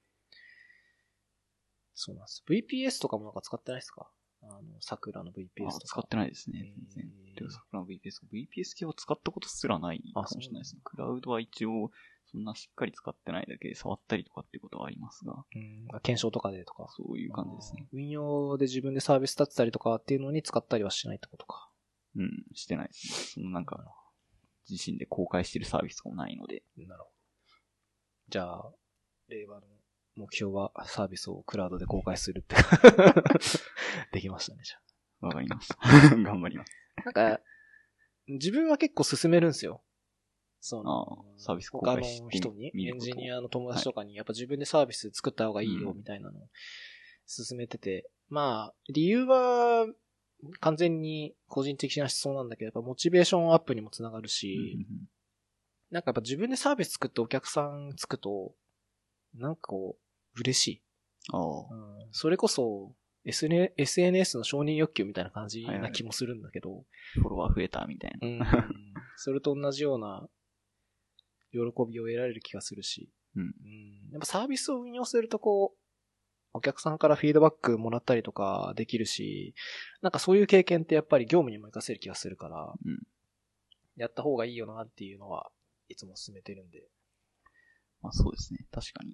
そうなんです。ブイピーエス とかもなんか使ってないですか？あの、桜の ブイピーエス とか。 使ってないですね。全然。でも桜の ブイピーエス、ブイピーエス 系は使ったことすらないかもしれないですね。クラウドは一応、そんなしっかり使ってないだけで触ったりとかっていうことはありますが。 うん。検証とかでとか。 そういう感じですね。 運用で自分でサービス立てたりとかっていうのに使ったりはしないってことか。 うん、してないですね。そのなんか、自身で公開してるサービスとかもないので。 なるほど。じゃあ、令和の目標はサービスをクラウドで公開するって。できましたね、じゃあ。わかりました。頑張ります。 なんか、自分は結構進めるんですよ。その、サービス公開して他の人に、エンジニアの友達とかに、やっぱ自分でサービス作った方がいいよ、みたいなのを進めてて。うん、まあ、理由は、完全に個人的な思想なんだけど、やっぱモチベーションアップにもつながるし、うんうん、なんかやっぱ自分でサービス作ってお客さんつくと、なんかこう、嬉しい。 ああ、 うん。それこそ、エスエヌエス の承認欲求みたいな感じな気もするんだけど。はいはい、 フォロワー増えたみたいな。 うん。それと同じような、喜びを得られる気がするし。 うん。 うん、やっぱサービスを運用するとこう、お客さんからフィードバックもらったりとかできるし、なんかそういう経験ってやっぱり業務にも活かせる気がするから、 うん、 やった方がいいよなっていうのはいつも進めてるんで。 まあそうですね。確かに。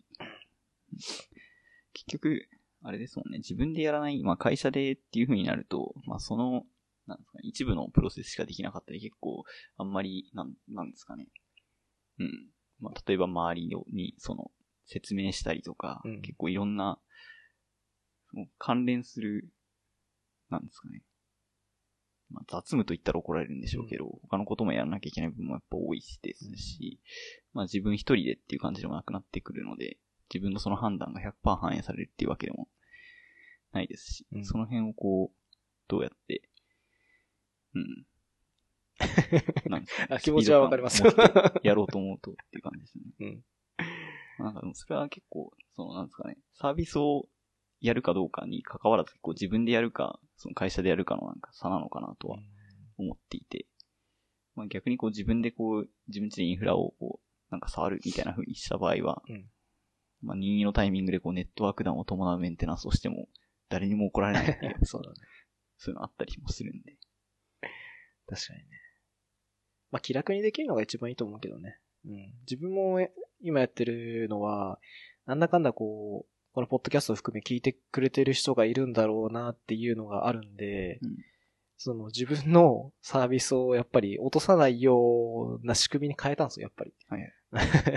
結局、あれですもんね。自分でやらない、まあ会社でっていう風になると、まあその、なんですかね、一部のプロセスしかできなかったり結構、あんまり、なん、なんですかね。うん。まあ例えば周りに、その、説明したりとか、うん、結構いろんな、関連する、なんですかね。まあ、雑務と言ったら怒られるんでしょうけど、うん、他のこともやらなきゃいけない部分もやっぱ多いですし、うん、まあ自分一人でっていう感じでもなくなってくるので、自分のその判断が ひゃくパーセント 反映されるっていうわけでもないですし、うん、その辺をこう、どうやって、うん。 なんですかね、気持ちはわかります。 やろうと思うとっていう感じですね。 うん。 なんかそれは結構、そのなんですかね、サービスをやるかどうかに関わらず、こう自分でやるか、その会社でやるかのなんか差なのかなとは思っていて、まあ、逆にこう自分でこう、自分ちでインフラをこう、なんか触るみたいな風にした場合は、うん、まあ任意のタイミングでこうネットワーク弾を伴うメンテナンスをしても、誰にも怒られないっていう。 そうだね。 そういうのあったりもするんで。 確かにね。まあ気楽にできるのが一番いいと思うけどね。うん。自分も今やってるのは、なんだかんだこう、このポッドキャストを含め聞いてくれてる人がいるんだろうなっていうのがあるんで、うん、その自分のサービスをやっぱり落とさないような仕組みに変えたんですよ、やっぱり。はい、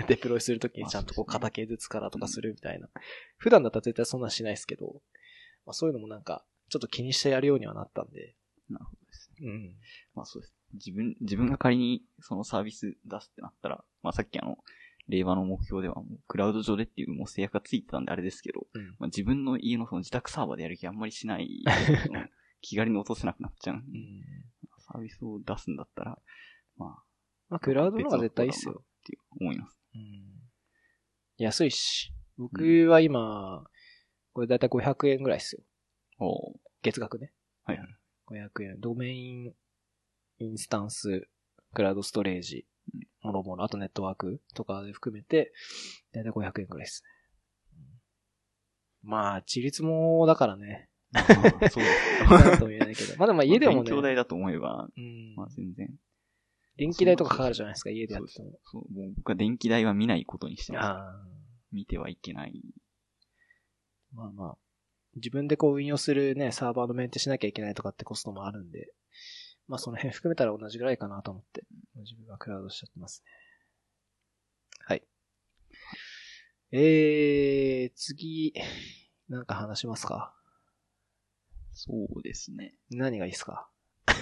デプロイするときにちゃんとこう片系ずつからとかするみたいな。うん、普段だったら絶対そんなしないですけど、まあ、そういうのもなんかちょっと気にしてやるようにはなったんで。 なるほどですね。 うん。 まあそうです。自分、自分が仮にそのサービス出すってなったら、まあさっきあの、令和の目標ではもうクラウド上でっていうもう制約がついてたんであれですけど、うん、まあ、自分の家のその自宅サーバーでやる気あんまりしない気軽に落とせなくなっちゃう、うん、サービスを出すんだったらまあ、 まあ、クラウドの方が絶対いいっすよって思います、 うん、安いし僕は今これだいたいごひゃくえんぐらいですよ。 お月額ね。 はいはい。 ごひゃくえん。ドメイン、インスタンス、クラウドストレージ、もろもろ、あとネットワークとかで含めて、だいたいごひゃくえんぐらいですね。まあ、自立もだからね。 そうですね。 なんとも言えないけど。まあでも家でもね。 勉強代だと思えば、 うん、 まあ全然。 電気代とかかかるじゃないですか、家でやっても。 そう、もう僕は電気代は見ないことにしてます。あ見てはいけない。 まあまあ。自分でこう運用するね、サーバーのメンテしなきゃいけないとかってコストもあるんで、まあその辺含めたら同じぐらいかなと思って、自分はクラウドしちゃってますね。はい。えー、次、なんか話しますか？ そうですね。 何がいいですか？ どう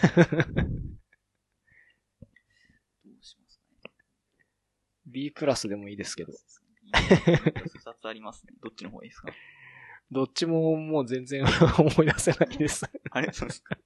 しますかね。 B プラスでもいいですけど。 ふたつありますね。どっちの方がいいですか？ どっちももう全然思い出せないです。 あれそうですか。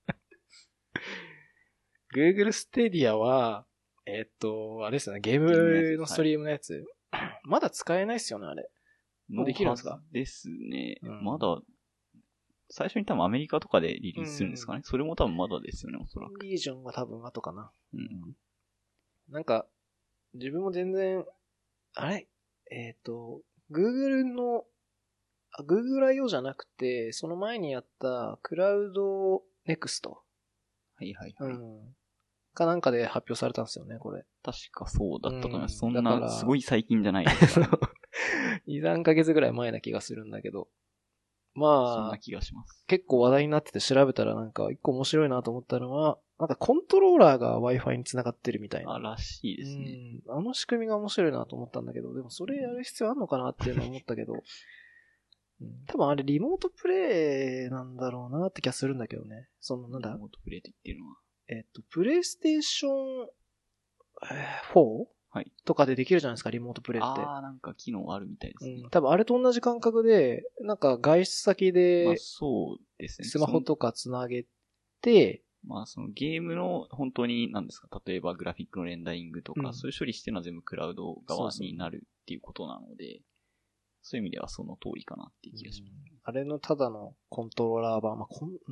Google Stadia は、えー、っと、あれですよね、ゲームのストリームのやつ。はい、まだ使えないっすよね、あれ。もうできるんですか？ ですね。 うん、 まだ、最初に多分アメリカとかでリリースするんですかね。うん、それも多分まだですよね、おそらく。 リージョンは多分後かな。 うん。 なんか、自分も全然、あれえっ、ー、と、Google の、Google アイオー じゃなくて、その前にやったクラウドネクスト。 はいはいはい。 うん。かなんかで発表されたんですよね、これ。 確かそうだったと思います。うん、そんな、すごい最近じゃないですか。に、さんかげつぐらい前な気がするんだけど。まあ、 そんな気がします。 結構話題になってて調べたらなんか一個面白いなと思ったのは、なんかコントローラーが Wi-Fi に繋がってるみたいな。 あ、らしいですね。 うん。あの仕組みが面白いなと思ったんだけど、でもそれやる必要あんのかなっていうのは思ったけど、うん、多分あれリモートプレイなんだろうなって気がするんだけどね。そのなんだリモートプレイって言ってるのはえっと、プレイステーションフォー、はい、とかでできるじゃないですか、リモートプレイって。 ああ、なんか機能あるみたいですね。 うん、多分あれと同じ感覚で、なんか外出先で、まあ、 そうですね。 スマホとかつなげて、 まあそのゲームの本当に何ですか、例えばグラフィックのレンダリングとか、うん、そういう処理してるのは全部クラウド側になるっていうことなので、そういう意味ではその通りかなっていう気がします。 うん、あれのただのコントローラー版、まあコン、うん、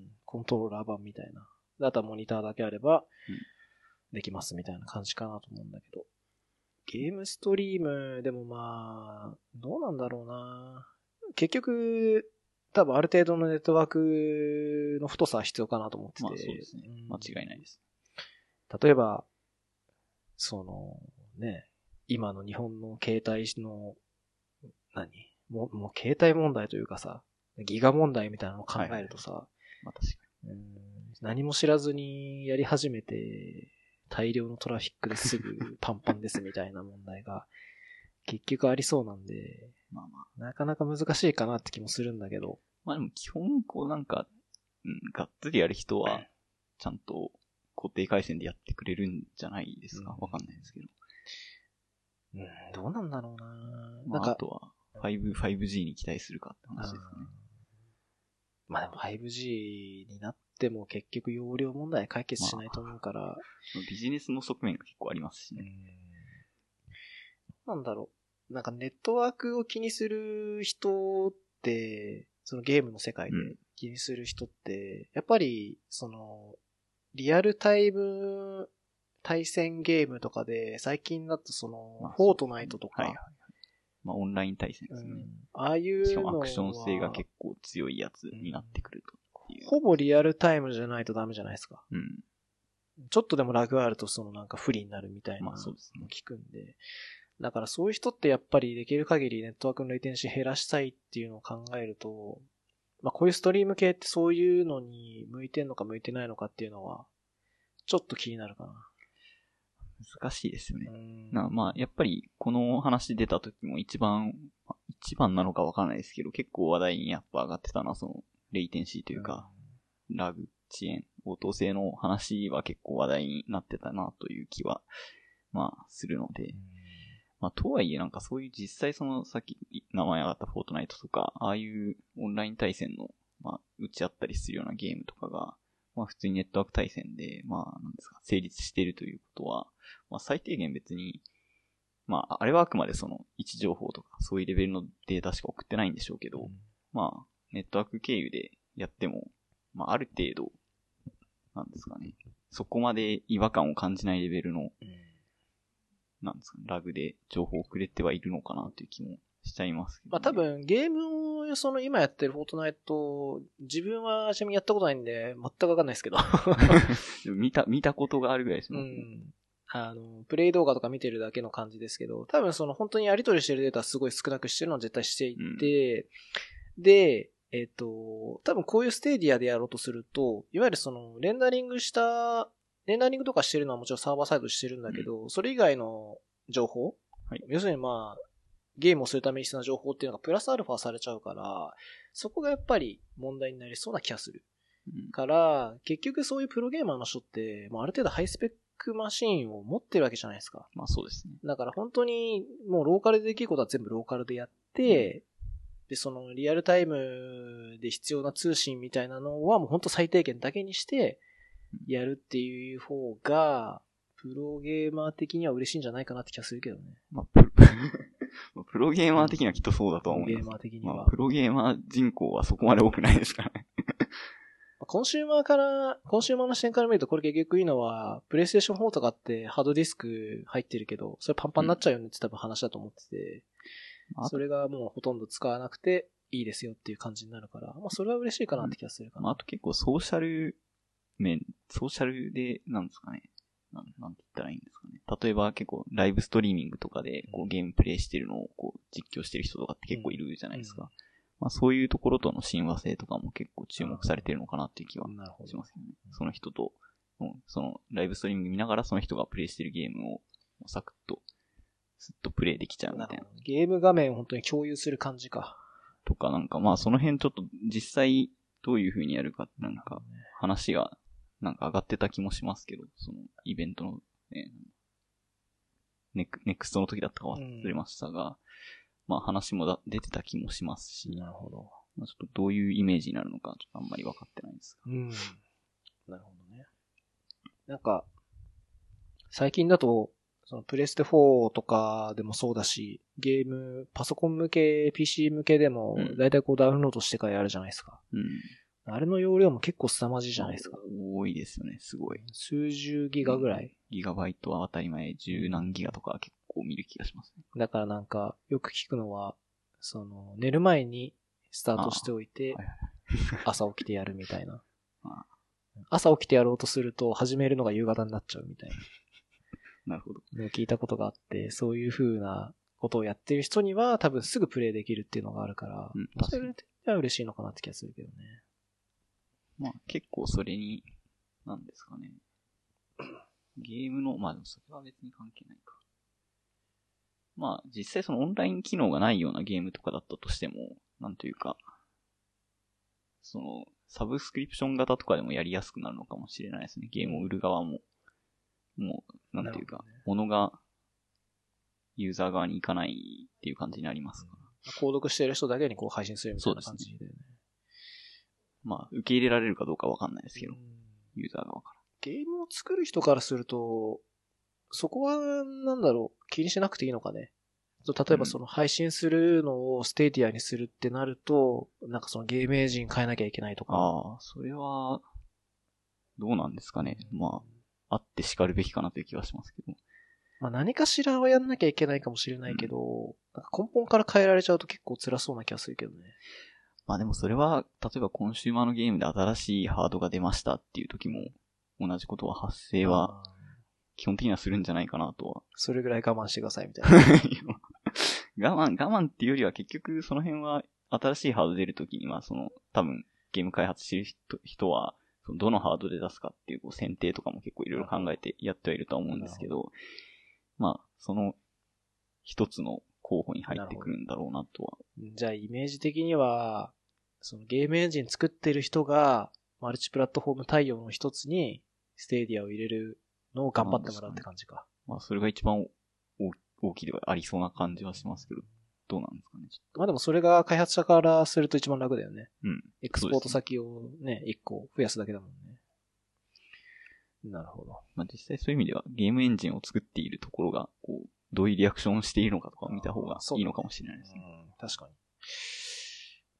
コントローラー版みたいな。あとはモニターだけあれば、できますみたいな感じかなと思うんだけど。ゲームストリームでもまあ、どうなんだろうな。結局、多分ある程度のネットワークの太さは必要かなと思ってて。 まあそうですね。間違いないです。 例えば、その、ね、今の日本の携帯の、何もう、もう携帯問題というかさ、ギガ問題みたいなのを考えるとさ、はいはい、 まあ確かに。 うん、何も知らずにやり始めて、大量のトラフィックですぐパンパンですみたいな問題が結局ありそうなんで、 まあまあ、 なかなか難しいかなって気もするんだけど。 まあでも基本こうなんか、うん、がっつりやる人はちゃんと固定回線でやってくれるんじゃないですか。わ、うん、かんないですけど。 うん、どうなんだろうな。 まあ、なんかあとは ファイブ、ファイブジー に期待するかって話ですね。 まあでも ファイブジー になっても結局容量問題解決しないと思うから、まあ、 ビジネスの側面が結構ありますしね。 なんだろう。なんかネットワークを気にする人って、そのゲームの世界で気にする人って、やっぱり、その、リアルタイム対戦ゲームとかで、最近だとその、まあ、フォートナイトとか、はいはいはい、 まあオンライン対戦ですね。うん、 ああいうのはしかもアクション性が結構強いやつになってくるという、 うん。ほぼリアルタイムじゃないとダメじゃないですか。 うん。 ちょっとでもラグあるとそのなんか不利になるみたいなのを聞くんで。だからそういう人ってやっぱりできる限りネットワークのレイテンシー減らしたいっていうのを考えると、まあこういうストリーム系ってそういうのに向いてんのか向いてないのかっていうのは、ちょっと気になるかな。 難しいですよね。なまあやっぱりこの話出た時も一番、一番なのかわからないですけど、結構話題にやっぱ上がってたのはそのレイテンシーというか、ラグ遅延、応答性の話は結構話題になってたなという気は、まあするので、まあ、とはいえなんかそういう実際そのさっき名前上がったフォートナイトとか、ああいうオンライン対戦の、まあ、打ち合ったりするようなゲームとかが、まあ普通にネットワーク対戦で、まあなんですか、成立しているということは、まあ最低限別に、まああれはあくまでその位置情報とかそういうレベルのデータしか送ってないんでしょうけど、 まあ、ネットワーク経由でやっても、まあ、ある程度、なんですかね。そこまで違和感を感じないレベルの、うん、なんですかね、ラグで情報をくれてはいるのかなという気もしちゃいますけど、ね。 まあ多分、ゲームを、その今やってるフォートナイト、自分はちなみにやったことないんで、全くわかんないですけど。 見た、見たことがあるぐらいですもんね。 うんあの、プレイ動画とか見てるだけの感じですけど、多分その本当にやり取りしてるデータすごい少なくしてるのは絶対していて、うん、で、えっと、多分こういうステーディアでやろうとすると、いわゆるその、レンダリングした、レンダリングとかしてるのはもちろんサーバーサイドしてるんだけど、うん、それ以外の情報、はい、要するにまあ、ゲームをするために必要な情報っていうのがプラスアルファされちゃうから、そこがやっぱり問題になりそうな気がする。うん、から、結局そういうプロゲーマーの人って、まあ、ある程度ハイスペックマシーンを持ってるわけじゃないですか。 まあそうですね。 だから本当にもうローカルでできることは全部ローカルでやって、うん、で、そのリアルタイムで必要な通信みたいなのはもう本当最低限だけにしてやるっていう方が、プロゲーマー的には嬉しいんじゃないかなって気がするけどね。 まあ、ププロゲーマー的にはきっとそうだとは思います。 プロゲーマー的には。 まあ、プロゲーマー人口はそこまで多くないですからね。 コンシューマーから、コンシューマーの視点から見るとこれ結局いいのは、プレイステーションフォーとかってハードディスク入ってるけど、それパンパンになっちゃうよねって多分話だと思ってて、うん、それがもうほとんど使わなくていいですよっていう感じになるから、まあそれは嬉しいかなって気がするかな。 うんまあ、あと結構ソーシャル面、ソーシャルで、なんですかね。なん、なんて言ったらいいんですかね。例えば結構ライブストリーミングとかでこうゲームプレイしてるのをこう実況してる人とかって結構いるじゃないですか。うんうんまあ、そういうところとの親和性とかも結構注目されてるのかなっていう気はしますよね。その人と、そのライブストリーミング見ながらその人がプレイしてるゲームをサクッと、スッとプレイできちゃうみたいな。 ゲーム画面を本当に共有する感じか。 とかなんかまあその辺ちょっと実際どういう風にやるかってなんか話がなんか上がってた気もしますけど、そのイベントの、ね、ネク、ネクストの時だったか忘れましたが、うんまあ話もだ出てた気もしますし。 なるほど。 まあ、ちょっとどういうイメージになるのか、ちょっとあんまり分かってないですが。 うん。なるほどね。なんか、最近だと、そのプレステフォーとかでもそうだし、ゲーム、パソコン向け、ピーシー 向けでも、だいたいこうダウンロードしてからやるじゃないですか。うん。あれの容量も結構凄まじいじゃないですか。 多いですよね、すごい。 数十ギガぐらい。 ギガバイトは当たり前、十何ギガとか結構見る気がしますね。 だからなんか、よく聞くのは、その、寝る前にスタートしておいて、はいはい、朝起きてやるみたいな。あ朝起きてやろうとすると、始めるのが夕方になっちゃうみたいな。 なるほど。 聞いたことがあって、そういう風なことをやってる人には、多分すぐプレイできるっていうのがあるから、うん、それは嬉しいのかなって気がするけどね。 まあ結構それに、なんですかね。ゲームの、まあでもそれは別に関係ないか。まあ実際そのオンライン機能がないようなゲームとかだったとしても、なんというか、そのサブスクリプション型とかでもやりやすくなるのかもしれないですね。ゲームを売る側も。もう、なんていうか、ね、物がユーザー側に行かないっていう感じになりますから。 購読してる人だけにこう配信するみたいな感じでね。 まあ、受け入れられるかどうかわかんないですけど、ユーザー側から。 ゲームを作る人からすると、そこは、なんだろう、気にしなくていいのかね。例えばその配信するのをステーディアにするってなると、うん、なんかそのゲームエンジン変えなきゃいけないとか。 ああ、それは、どうなんですかね。まあ、あって叱るべきかなという気はしますけど。 まあ何かしらはやんなきゃいけないかもしれないけど、うん、なんか根本から変えられちゃうと結構辛そうな気がするけどね。 まあでもそれは、例えばコンシューマーのゲームで新しいハードが出ましたっていう時も、同じことは発生は、基本的にはするんじゃないかなとは。 それぐらい我慢してくださいみたいな。 我慢、我慢っていうよりは結局その辺は、新しいハード出る時には、その、多分、ゲーム開発してる人、人は、そのどのハードで出すかっていうこう選定とかも結構いろいろ考えてやってはいるとは思うんですけど、まあ、その、一つの候補に入ってくるんだろうなとは。 じゃあイメージ的には、そのゲームエンジン作ってる人がマルチプラットフォーム対応の一つにステーディアを入れるのを頑張ってもらうって感じか。 まあそれが一番大きいではありそうな感じはしますけど、どうなんですかね。 まあでもそれが開発者からすると一番楽だよね。 うん。 エクスポート先をね、一個増やすだけだもんね。なるほど。 まあ実際そういう意味ではゲームエンジンを作っているところがこうどういうリアクションをしているのかとかを見た方がいいのかもしれないですね。 うん、確かに。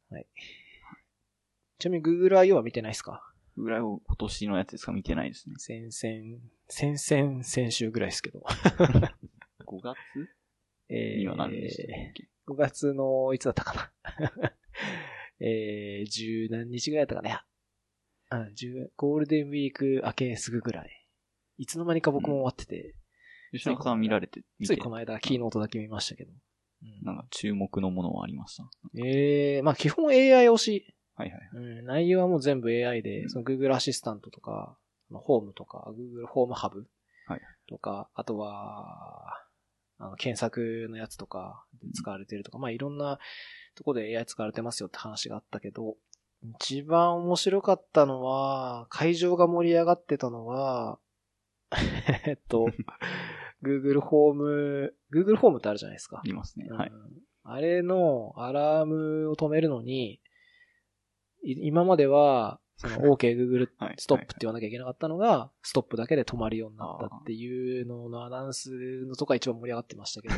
はい。ちなみに Google アイオー は見てないですか？ Google アイオー 今年のやつですか？見てないですね。 先々、先々、先週ぐらいですけど。 ごがつえー、 にはなるんでしたっけ？ ごがつの、いつだったかな。えー、十何日ぐらいだったかね。うん、ゴールデンウィーク明けすぐぐらい。いつの間にか僕も終わってて。 うん、吉中さん見られて、 ついこの間、キーノートだけ見ましたけど。 うん、なんか注目のものはありました？ えー、まあ基本 エーアイ 推し。 はいはい、はい。 うん、内容はもう全部 エーアイ で、うん、その Google アシスタントとか、ホームとか、Google ホームハブとか、はい、あとは、あの、検索のやつとかで使われてるとか、うん、まあいろんなとこで エーアイ 使われてますよって話があったけど、一番面白かったのは、会場が盛り上がってたのは、えっと、Google ホーム、Google ホームってあるじゃないですか。 いますね。はい。 あれのアラームを止めるのに、今までは、その OK Google ストップって言わなきゃいけなかったのが、ストップだけで止まるようになったっていうののアナウンスのとか一番盛り上がってましたけど。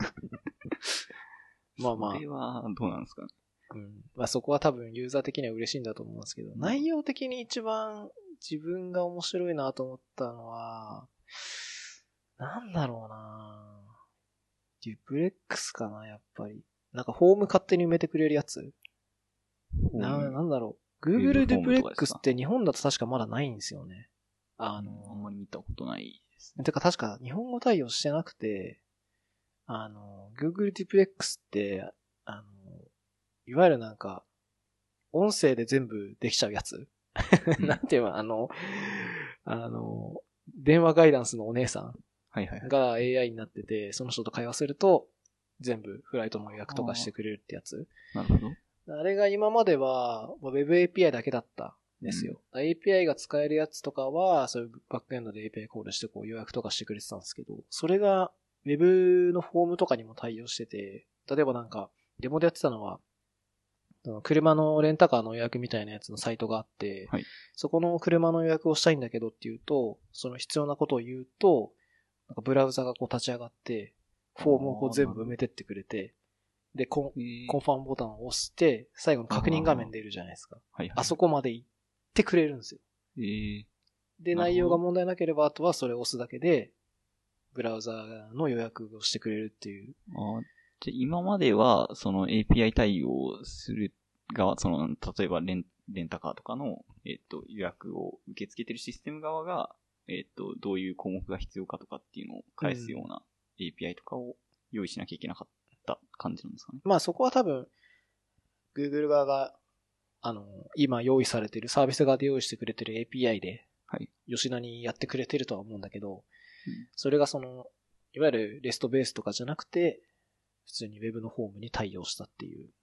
まあまあ。 それはどうなんですかね。 うん。まあそこは多分ユーザー的には嬉しいんだと思うんですけど、内容的に一番自分が面白いなと思ったのは、なんだろうなデュプレックスかな、やっぱり。なんかフォーム勝手に埋めてくれるやつな、なんだろう。Google デュプレックスって日本だと確かまだないんですよね。あの、 うん、あんまり見たことないですね。てか確か日本語対応してなくて、あの、Google デュプレックスって、あの、いわゆるなんか、音声で全部できちゃうやつ、うん、なんていうの、あの、あの、電話ガイダンスのお姉さんが エーアイ になってて、その人と会話すると、全部フライトの予約とかしてくれるってやつ。 なるほど。 あれが今までは Web エーピーアイ だけだったんですよ。うん、エーピーアイ が使えるやつとかは、そういうバックエンドで エーピーアイ コールしてこう予約とかしてくれてたんですけど、それが Web のフォームとかにも対応してて、例えばなんか、デモでやってたのは、車のレンタカーの予約みたいなやつのサイトがあって、はい、そこの車の予約をしたいんだけどっていうと、その必要なことを言うと、なんかブラウザがこう立ち上がって、フォームをこう全部埋めてってくれて、で、コン、コンファームボタンを押して、最後の確認画面出るじゃないですか。あ、はいはい、あそこまで行ってくれるんですよ。 えー、 で、内容が問題なければ、あとはそれを押すだけで、ブラウザの予約をしてくれるっていう。 あ、じゃ今までは、その エーピーアイ 対応する側、その、例えばレン、レンタカーとかの、えっと、予約を受け付けてるシステム側が、えっと、どういう項目が必要かとかっていうのを返すような エーピーアイ とかを用意しなきゃいけなかった感じなんですかね。 まあそこは多分、Google 側が、あの、今用意されてる、サービス側で用意してくれてる エーピーアイ で、はい。吉田にやってくれてるとは思うんだけど、うん、それがその、いわゆる レストベースとかじゃなくて、普通に Web のフォームに対応したっていう。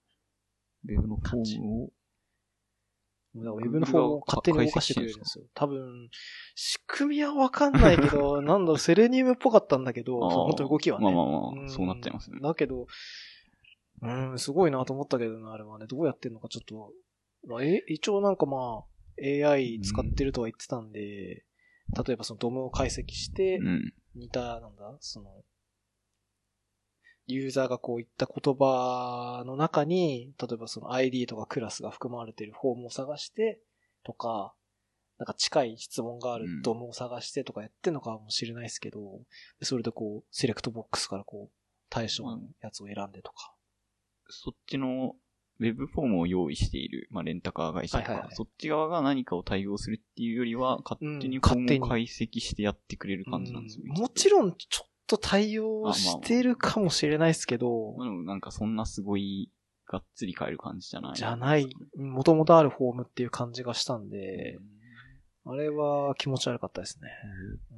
Web のフォームをだから Web のフォームを勝手に動かしてくれるんですよ。多分、仕組みはわかんないけど、なんだろう、セレニウムっぽかったんだけど、本当に動きはね。 まあまあまあ、そうなっちゃいますね。 だけど、うん、すごいなと思ったけどな、あれはね、どうやってんのかちょっと、まあ、え、一応なんかまあ、エーアイ 使ってるとは言ってたんで、うん、例えばそのドムを解析して、うん、似た、なんだ、その、ユーザーがこういった言葉の中に、例えばその アイディー とかクラスが含まれているフォームを探して、とか、なんか近い質問があるドムを探してとかやってんのかもしれないですけど、うん、それでこう、セレクトボックスからこう、対象のやつを選んでとか。 そっちのウェブフォームを用意している、まあ、レンタカー会社とか、はいはいはい、そっち側が何かを対応するっていうよりは、勝手にフォームを解析してやってくれる感じなんですよね。 うん、もちろん、ちょっと対応してるかもしれないですけど、 まあまあ、でもなんかそんなすごい、がっつり変える感じじゃない、ね。 じゃない、もともとあるフォームっていう感じがしたんで、あれは気持ち悪かったですね。うん、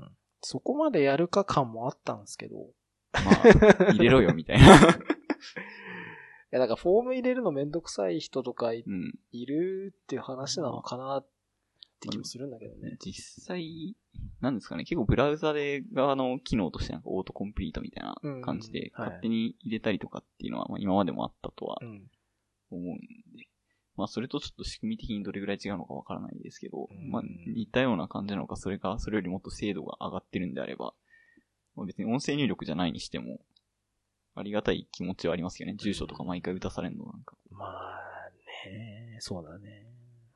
そこまでやるか感もあったんですけど。 まあ、入れろよみたいな。 いや、だからフォーム入れるのめんどくさい人とか い,、うん、いるっていう話なのかなって気もするんだけどね。 実際、なんですかね、結構ブラウザで側の機能としてなんかオートコンプリートみたいな感じで勝手に入れたりとかっていうのはまあ今までもあったとは思うんで、まあそれとちょっと仕組み的にどれぐらい違うのかわからないですけど、まあ似たような感じなのか、それかそれよりもっと精度が上がってるんであれば、まあ、別に音声入力じゃないにしても、ありがたい気持ちはありますよね。住所とか毎回打たされるのなんか。 まあ、 ね。そうだね。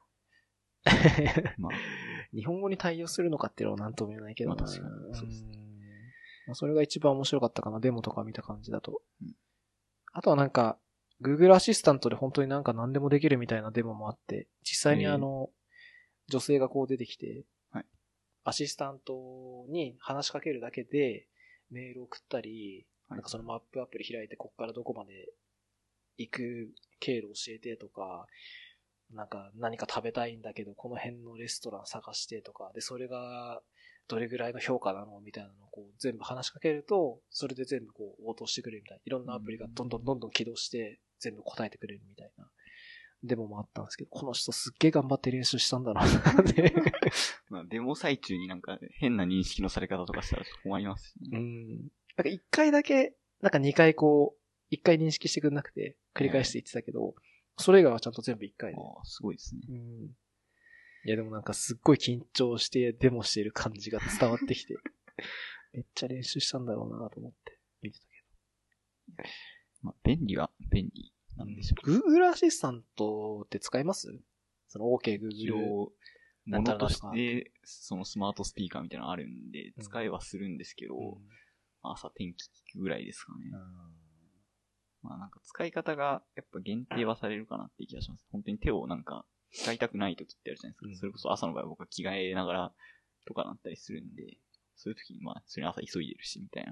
まあ、日本語に対応するのかっていうのは何とも言えないけど、まあ確かに。そうですね。まあ、それが一番面白かったかな、デモとか見た感じだと。うん、あとはなんか、Google アシスタントで本当になんか何でもできるみたいなデモもあって、実際にあの、えー、女性がこう出てきて、はい、アシスタントに話しかけるだけでメールを送ったり、はい、なんかそのマップアプリ開いてこっからどこまで行く経路教えてとか、なんか何か食べたいんだけどこの辺のレストラン探してとかで、それがどれぐらいの評価なのみたいなのをこう全部話しかけると、それで全部こう応答してくれるみたいな、いろんなアプリがどんどんどんどん起動して全部答えてくれるみたいなデモもあったんですけど、この人すっげえ頑張って練習したんだなってまあデモ最中になんか変な認識のされ方とかしたら困りますね。 うん。なんか一回だけ、なんか二回こう、一回認識してくれなくて繰り返して言ってたけど、えー、それ以外はちゃんと全部一回で。 ああ、すごいですね。 うん。いやでもなんかすっごい緊張してデモしている感じが伝わってきて、めっちゃ練習したんだろうなと思って見てたけど。まあ便利は便利なんでしょう。 うん、Google アシスタントって使います？その OK Google ものとしてそのスマートスピーカーみたいなのあるんで、うん、使いはするんですけど、うん、朝天気聞くぐらいですかね。うん、まあなんか使い方がやっぱ限定はされるかなって気がします。本当に手をなんか使いたくない時ってあるじゃないですか。うん、それこそ朝の場合僕は着替えながらとかなったりするんで、そういう時にまあそれ朝急いでるしみたいな。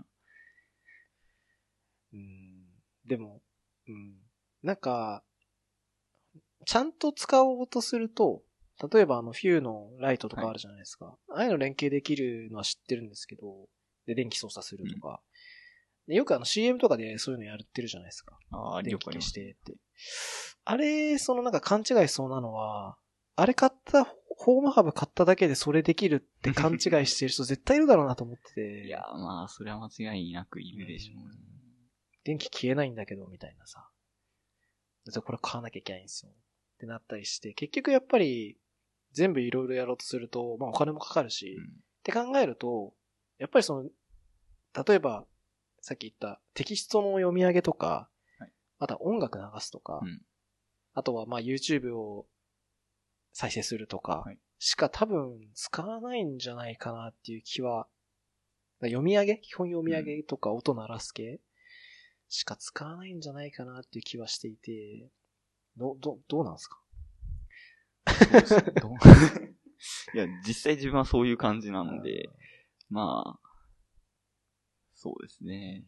うん、でも、うん、なんかちゃんと使おうとすると、例えばあのフューのライトとかあるじゃないですか。はい、ああいうの連携できるのは知ってるんですけど、で電気操作するとか。うん、でよくあの シーエム とかでそういうのやってるじゃないですか。 ああ、 電気消してって。あれ、そのなんか勘違いしそうなのは、あれ買った、ホームハブ買っただけでそれできるって勘違いしてる人絶対いるだろうなと思ってて。 いや、まあ、それは間違いなくいるでしょうね。 電気消えないんだけど、みたいなさ。じゃこれ買わなきゃいけないんですよ。ってなったりして、結局やっぱり、全部いろいろやろうとすると、まあお金もかかるし、うん、って考えると、やっぱりその、例えば、さっき言ったテキストの読み上げとか、はい、あとは音楽流すとか、うん、あとはまあ YouTube を再生するとか、しか多分使わないんじゃないかなっていう気は、読み上げ基本読み上げとか音鳴らす系しか使わないんじゃないかなっていう気はしていて、ど、ど、どうなんですか？ いや、実際自分はそういう感じなので、まあ、そうですね。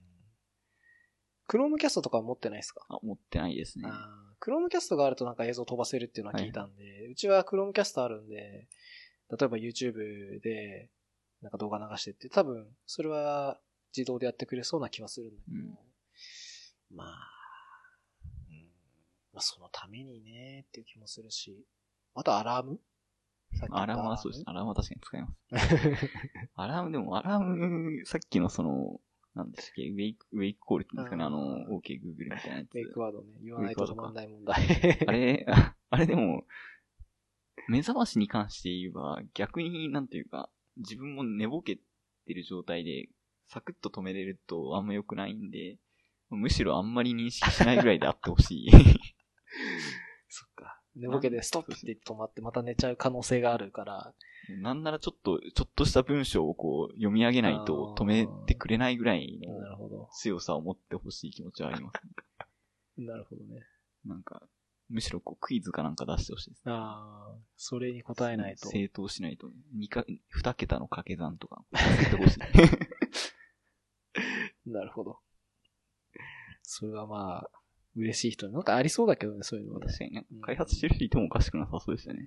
Chromecast とか持ってないですか？ あ、持ってないですね。 Chromecast があるとなんか映像飛ばせるっていうのは聞いたんで、はい、うちは Chromecast あるんで、例えば YouTube でなんか動画流してって、多分それは自動でやってくれそうな気はするんだけど、うん、まあ、うん、まあそのためにねっていう気もするし、あとアラーム？ アラームはそうです。アラームは確かに使います。アラームでも、アラーム、さっきのその、なんですっけ、ウェイク、ウェイクコールって言うんですかね、あの、OK Google みたいなやつ。 ウェイクワードね、言わないと止まんない問題。 あれ、あれでも、目覚ましに関して言えば、逆になんていうか、自分も寝ぼけてる状態で、サクッと止めれるとあんま良くないんで、むしろあんまり認識しないぐらいであってほしい。 そっか。寝ぼけでストップって言って止まってまた寝ちゃう可能性があるから。 なんならちょっと、ちょっとした文章をこう読み上げないと止めてくれないぐらいの強さを持ってほしい気持ちはありますね。なるほどね。 なんか、むしろこうクイズかなんか出してほしいです、ね。 ああ、それに答えないと。 正答しないと、二か、二桁の掛け算とか、してほしい。 なるほど。それはまあ、嬉しい人なんかありそうだけどね、そういうのは、ね。 確かにね、うん、開発してる人いてもおかしくなさそうですよね。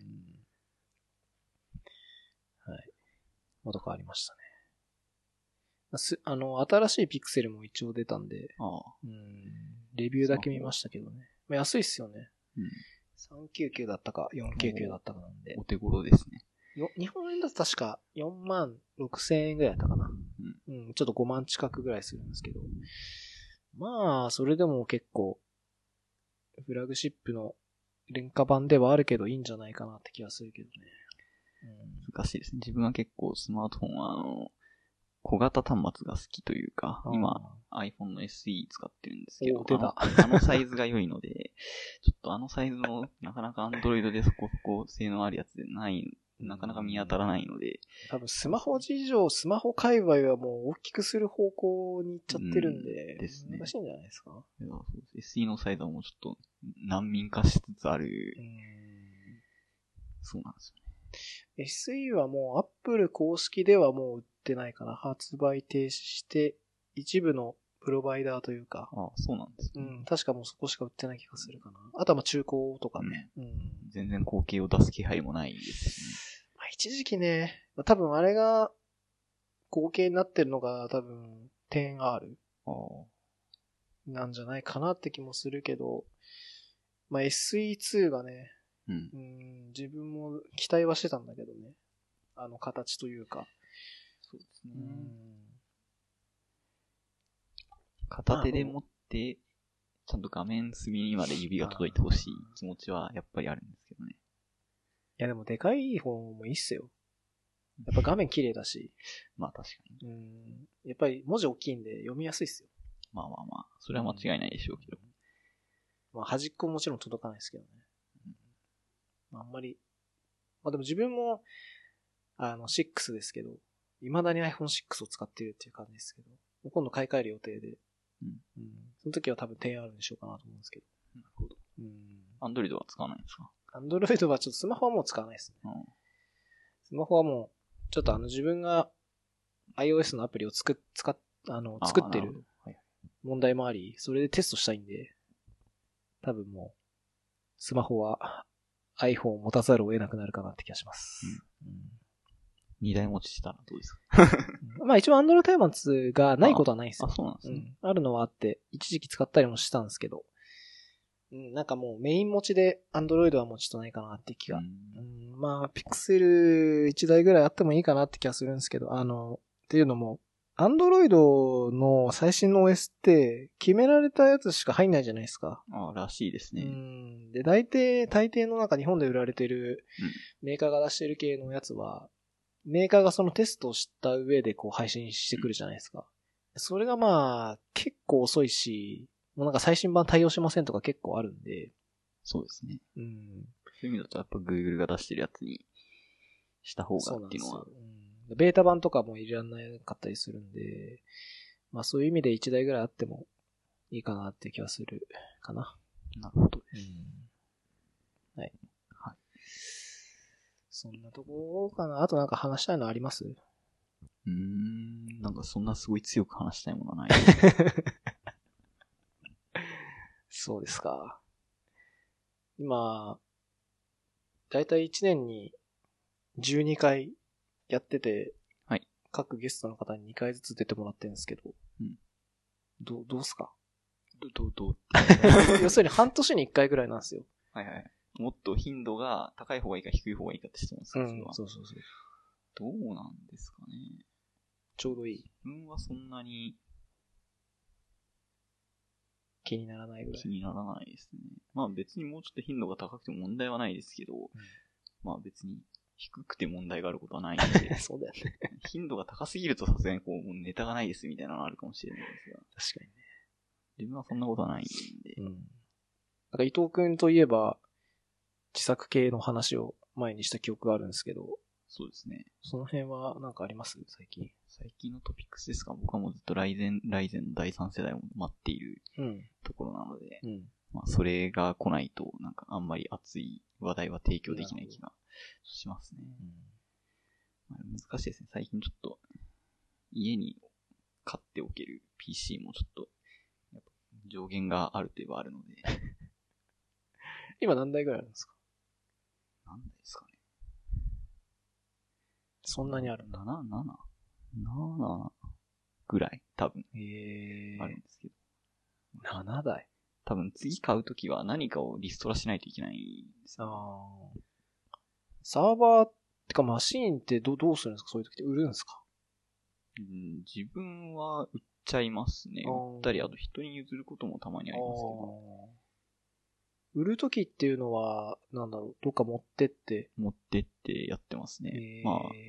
うん、はい。まあ、とかありましたね。すあの、新しいピクセルも一応出たんで、ああうん、レビューだけ見ましたけどね。まあ、安いっすよね。うん、さんびゃくきゅうじゅうきゅうだったか、よんひゃくきゅうじゅうきゅうだったかなんで。 お手頃ですね。 よ日本円だと確かよんまんろくせんえんぐらいだったかな。うん、うん。ちょっとごまん近くぐらいするんですけど。まあ、それでも結構、フラグシップの廉価版ではあるけどいいんじゃないかなって気がするけどね。 うん、難しいですね。自分は結構スマートフォンはあの、 小型端末が好きというか、今 iPhone の エスイー 使ってるんですけど、 出たあの、あのサイズが良いので、ちょっとあのサイズのなかなか Android でそこそこ性能あるやつでない、なかなか見当たらないので。 多分スマホ事情、スマホ界隈はもう大きくする方向に行っちゃってるんで、 うん、ですね。 難しいんじゃないですか。 いや、そうです。エスイー のサイズはもうちょっと難民化しつつある。うん、そうなんですよね。エスイー はもう Apple 公式ではもう売ってないかな。発売停止して、一部のプロバイダーというか。 ああ、そうなんですね。 うん、確かもうそこしか売ってない気がするかな。あとはまあ中古とかね。 うん。うん、全然後継を出す気配もないですしね。 まあ、一時期ね、多分あれが後継になってるのが多分 テンアール なんじゃないかなって気もするけど、まあ エスイーツー がね、うん、うん自分も期待はしてたんだけどね。あの形というか。 そうですね。うん片手で持って、ちゃんと画面隅にまで指が届いてほしい気持ちはやっぱりあるんですけどね。 いやでもでかい方もいいっすよ。やっぱ画面綺麗だし。 まあ確かに。 うん。やっぱり文字大きいんで読みやすいっすよ。 まあまあまあ、それは間違いないでしょうけど。 うん、まあ端っこももちろん届かないですけどね。うん、あんまり。まあでも自分も、あの、シックスですけど、未だに アイフォンシックス を使ってるっていう感じですけど、今度買い替える予定で、うんうん、その時は多分 テンアール にしようかなと思うんですけど。 なるほど。うん。アンドロイドは使わないんですか？ アンドロイドはちょっとスマホはもう使わないですね。うん、スマホはもう、ちょっとあの自分が iOS のアプリをつく、使っ、あの、作ってる問題もあり、それでテストしたいんで、多分もう、スマホは iPhone を持たざるを得なくなるかなって気がします。うんうん二台持ちしたらどうですかまあ一応 Android 端末がないことはないんですよ。 あ、そうなんですね、 うん。あるのはあって、一時期使ったりもしたんですけど、うん、なんかもうメイン持ちで Android はもうちょっとないかなって気が。うん、まあ、ピクセルいちだいぐらいあってもいいかなって気がするんですけど、あの、っていうのも、Android の最新の オーエス って決められたやつしか入んないじゃないですか。 ああ、らしいですね。 うん。で、大抵、大抵のなんか日本で売られてるメーカーが出してる系のやつは、メーカーがそのテストをした上でこう配信してくるじゃないですか。それがまあ、結構遅いし、もうなんか最新版対応しませんとか結構あるんで。 そうですね。 うん。 そういう意味だとやっぱ Google が出してるやつにした方がっていうのは。 うん、ベータ版とかも入れられなかったりするんで、まあそういう意味でいちだいぐらいあってもいいかなって気はするかな。 なるほどです。 うん、はい。はい。そんなところかな。あとなんか話したいのあります？ うーん、なんかそんなすごい強く話したいものはない。 そうですか。今、だいたいいちねんにじゅうにかいやってて、 はい。 各ゲストの方ににかいずつ出てもらってるんですけど、うん。どう、どうすか？ ど、どう、どう要するに半年にいっかいぐらいなんですよ。 はいはい。もっと頻度が高い方がいいか低い方がいいかって質問ですか、 うん、そうそうそう。 どうなんですかね。 ちょうどいい。 自分はそんなに気にならないぐらい。 気にならないですね。まあ別にもうちょっと頻度が高くても問題はないですけど、うん、まあ別に低くて問題があることはないので。 そうだよね。 頻度が高すぎるとさすがにこう、もうネタがないですみたいなのがあるかもしれないですが。 確かにね。 自分はそんなことはないんで。うん。 なんか伊藤くんといえば、自作系の話を前にした記憶があるんですけど。 そうですね。 その辺はなんかあります？最近。 最近のトピックスですか？僕はもうずっとライゼン、ライゼンのだいさん世代を待っているところなので、うん、まあそれが来ないと、なんかあんまり熱い話題は提供できない気がしますね。うん、まあ、難しいですね。最近ちょっと、家に買っておける ピーシー もちょっと、やっぱ上限があるといえばあるので。 今何台ぐらいあるんですか？ 何台ですかね。 そんなにあるんだ。 なな、なな、ななぐらい多分。 へー。 あるんですけど。 ななだい。 多分次買うときは何かをリストラしないといけないんですよ。あー。サーバーってかマシーンってどどうするんですか？そういう時って売るんですか？ うん、自分は売っちゃいますね。売ったり、あと人に譲ることもたまにありますけど。 売るときっていうのは、なんだろう、どっか持ってって。 持ってってやってますね。まあ、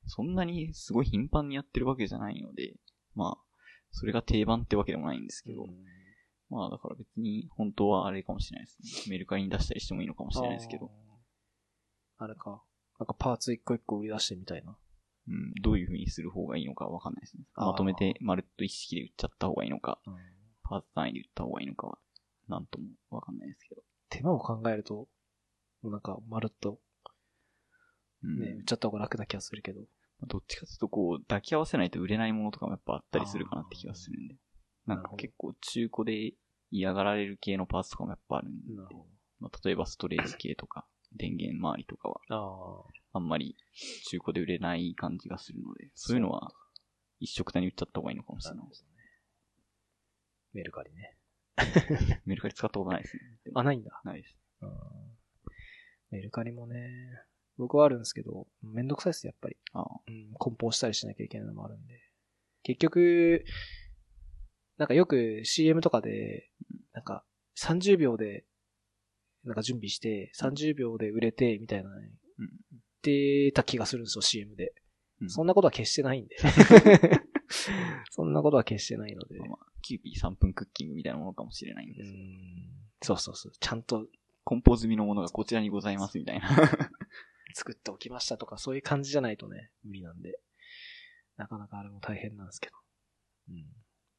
そんなにすごい頻繁にやってるわけじゃないので、まあ、それが定番ってわけでもないんですけど、うん、まあだから別に本当はあれかもしれないですね。メルカリに出したりしてもいいのかもしれないですけど。 あ, あれか。なんかパーツ一個一個売り出してみたいな。 うん、どういう風にする方がいいのかわかんないですね。まとめてまるっと一式で売っちゃった方がいいのか、うん、パーツ単位で売った方がいいのかは、なんともわかんないですけど。 手間を考えると、なんかまるっと、ね、うん、売っちゃった方が楽な気がするけど。 どっちかというとこう、抱き合わせないと売れないものとかもやっぱあったりするかなって気がするんで。なんか結構中古で嫌がられる系のパーツとかもやっぱあるんで。まあ、例えばストレージ系とか、電源周りとかは、あ, あんまり中古で売れない感じがするので、そういうのは一色単に売っちゃった方がいいのかもしれないですね。 メルカリね。 メルカリ使ったことないですね。 あ、ないんだ。 ないです。 メルカリもね、僕はあるんですけど、めんどくさいです、やっぱり。ああうん、梱包したりしなきゃいけないのもあるんで。結局、なんかよく シーエム とかで、なんかさんじゅうびょうで、なんか準備して、さんじゅうびょうで売れて、みたいな、ね、うん、出た気がするんですよ、シーエム で。うん、そんなことは決してないんで。そんなことは決してないので。 まあ、キューピーさんぷんクッキングみたいなものかもしれないんですけど。 そうそうそう。ちゃんと、 梱包済みのものがこちらにございますみたいな。 作っておきましたとか、そういう感じじゃないとね、無理なんで。なかなかあれも大変なんですけど。うん、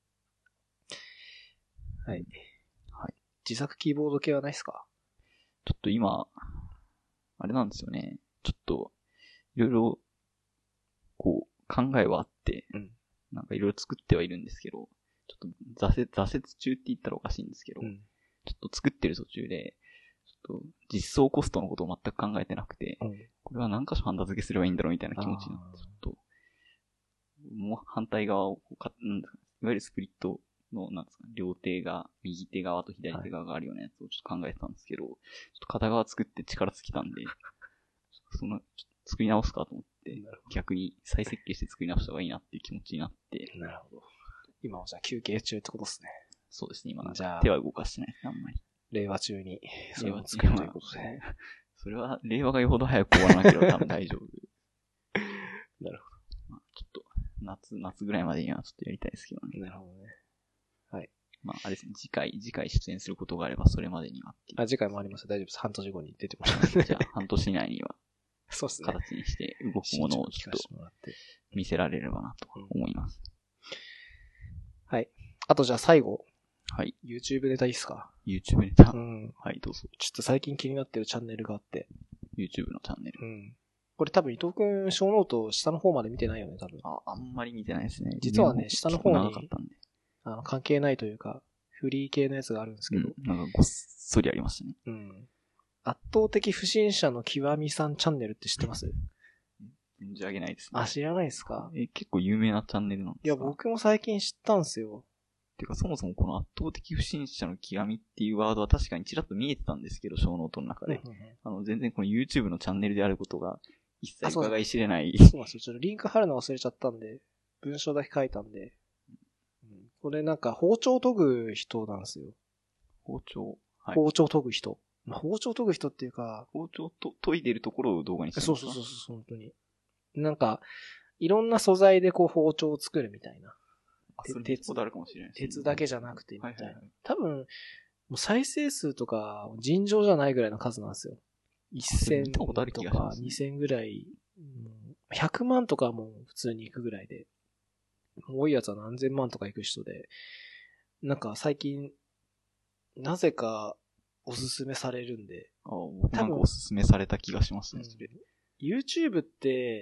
はい。はい。自作キーボード系はないですか？ ちょっと今、あれなんですよね。ちょっと、いろいろ、こう、考えはあって、うん、なんかいろいろ作ってはいるんですけど、ちょっと挫折、挫折中って言ったらおかしいんですけど、うん、ちょっと作ってる途中で、ちょっと実装コストのことを全く考えてなくて、うん、これは何箇所ハンダ付けすればいいんだろうみたいな気持ちになって、ちょっと、もう反対側をか、なんですか、いわゆるスプリットの、なんですか、両手が、右手側と左手側があるようなやつをちょっと考えてたんですけど、はい、ちょっと片側作って力尽きたんで、その、作り直すかと思って、逆に再設計して作り直した方がいいなっていう気持ちになって。 なるほど。今はじゃあ休憩中ってことですね。 そうですね、今じゃあ手は動かしてないですね、あんまり。 令和中に、それを作るということで。 それは、令和がよほど早く終わらなければ多分大丈夫。 なるほど。まあ、ちょっと、夏、夏ぐらいまでにはちょっとやりたいですけどね。 なるほどね。はい。 まあ、あれですね、次回、次回出演することがあれば、それまでにはっていう。 あ、次回もあります。大丈夫です。半年後に出てもらう。 じゃあ、半年以内には、 そうですね。 形にして動くものをちょっと見せられればなと思います。 うん、はい。あとじゃあ最後。 はい。 YouTube ネタいいっすか？ YouTube ネタ。うん。はい、どうぞ。 ちょっと最近気になってるチャンネルがあって。 YouTube のチャンネル。 うん。これ多分伊藤くん、小ノート下の方まで見てないよね、多分。 あ、あんまり見てないですね。 実はね、下の方に、 長かったんで。 あの、関係ないというか、フリー系のやつがあるんですけど。 うん、なんかごっそりありましたね。 うん。圧倒的不審者の極みさんチャンネルって知ってます？ 存じ上げないですね。 あ、知らないですか？ え、結構有名なチャンネルなんですか？ いや、僕も最近知ったんすよ。 てか、そもそもこの圧倒的不審者の極みっていうワードは確かにちらっと見えてたんですけど、小ノートの中で。うんうんうん、あの、全然この YouTube のチャンネルであることが一切伺い知れない。 そうなんですよ。ちょっとリンク貼るの忘れちゃったんで、文章だけ書いたんで。うん、これなんか包丁研ぐ人なんですよ。 包丁、 はい、包丁研ぐ人。まあ、包丁研ぐ人っていうか、 包丁と研いでるところを動画にしてるんですか？ そうそうそうそう、本当に。なんか、いろんな素材でこう包丁を作るみたいな。 鉄あるかもしれない、ね、 鉄だけじゃなくてみたいな。はいはいはい、多分、もう再生数とか尋常じゃないぐらいの数なんですよ。せんとかにせんぐらい、ひゃくまんとかも普通に行くぐらいで、多いやつは何千万とか行く人で、なんか最近、なぜかおすすめされるんで。 ああ、僕なんかおすすめされた気がしますね、それ。 YouTube って、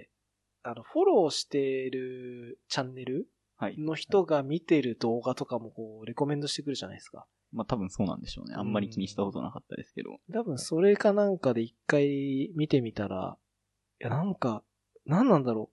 あの、フォローしてるチャンネルの人が見てる動画とかもこう、レコメンドしてくるじゃないですか。 まあ多分そうなんでしょうね。あんまり気にしたことなかったですけど。 多分それかなんかで一回見てみたら、いやなんか、なんなんだろ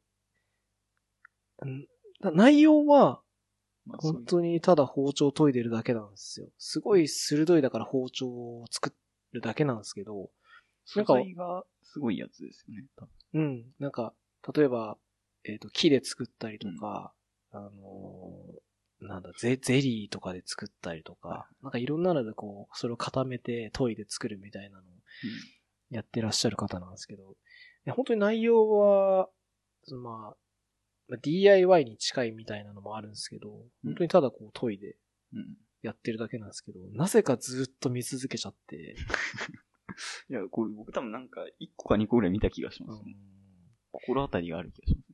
う。内容は、本当にただ包丁を研いでるだけなんですよ。すごい鋭いだから包丁を作るだけなんですけど、 なんか、素材がすごいやつですよね。多分うん。なんか、例えば、えっと、木で作ったりとか、うん、あのー、なんだ、ゼ、ゼリーとかで作ったりとか、なんかいろんなのでこう、それを固めて研いで作るみたいなのをやってらっしゃる方なんですけど、本当に内容は、 そのまあ、ディーアイワイ に近いみたいなのもあるんですけど、本当にただこう研いでやってるだけなんですけど、うん、なぜかずっと見続けちゃって。 いや、これ僕多分なんかいっこかにこぐらい見た気がしますね。心当たりがある気がします。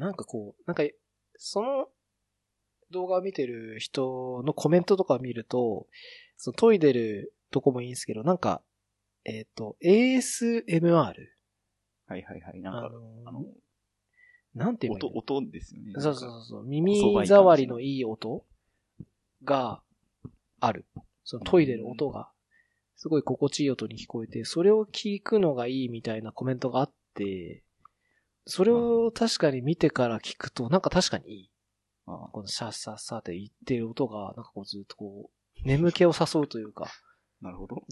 なんかこう、なんか、その動画を見てる人のコメントとかを見ると、その研いでるとこもいいんですけど、なんか、えっと、エーエスエムアール。 はいはいはい。なんか、あのー、あのなんて言うの？ 音、音ですよね。 そうそうそう。耳障りのいい音がある。その研いでる音が、すごい心地いい音に聞こえて、それを聞くのがいいみたいなコメントがあって、それを確かに見てから聞くと、なんか確かにいい。ああこのシャッサッサって言ってる音が、なんかこうずっとこう、眠気を誘うというか。 なるほど。 うん。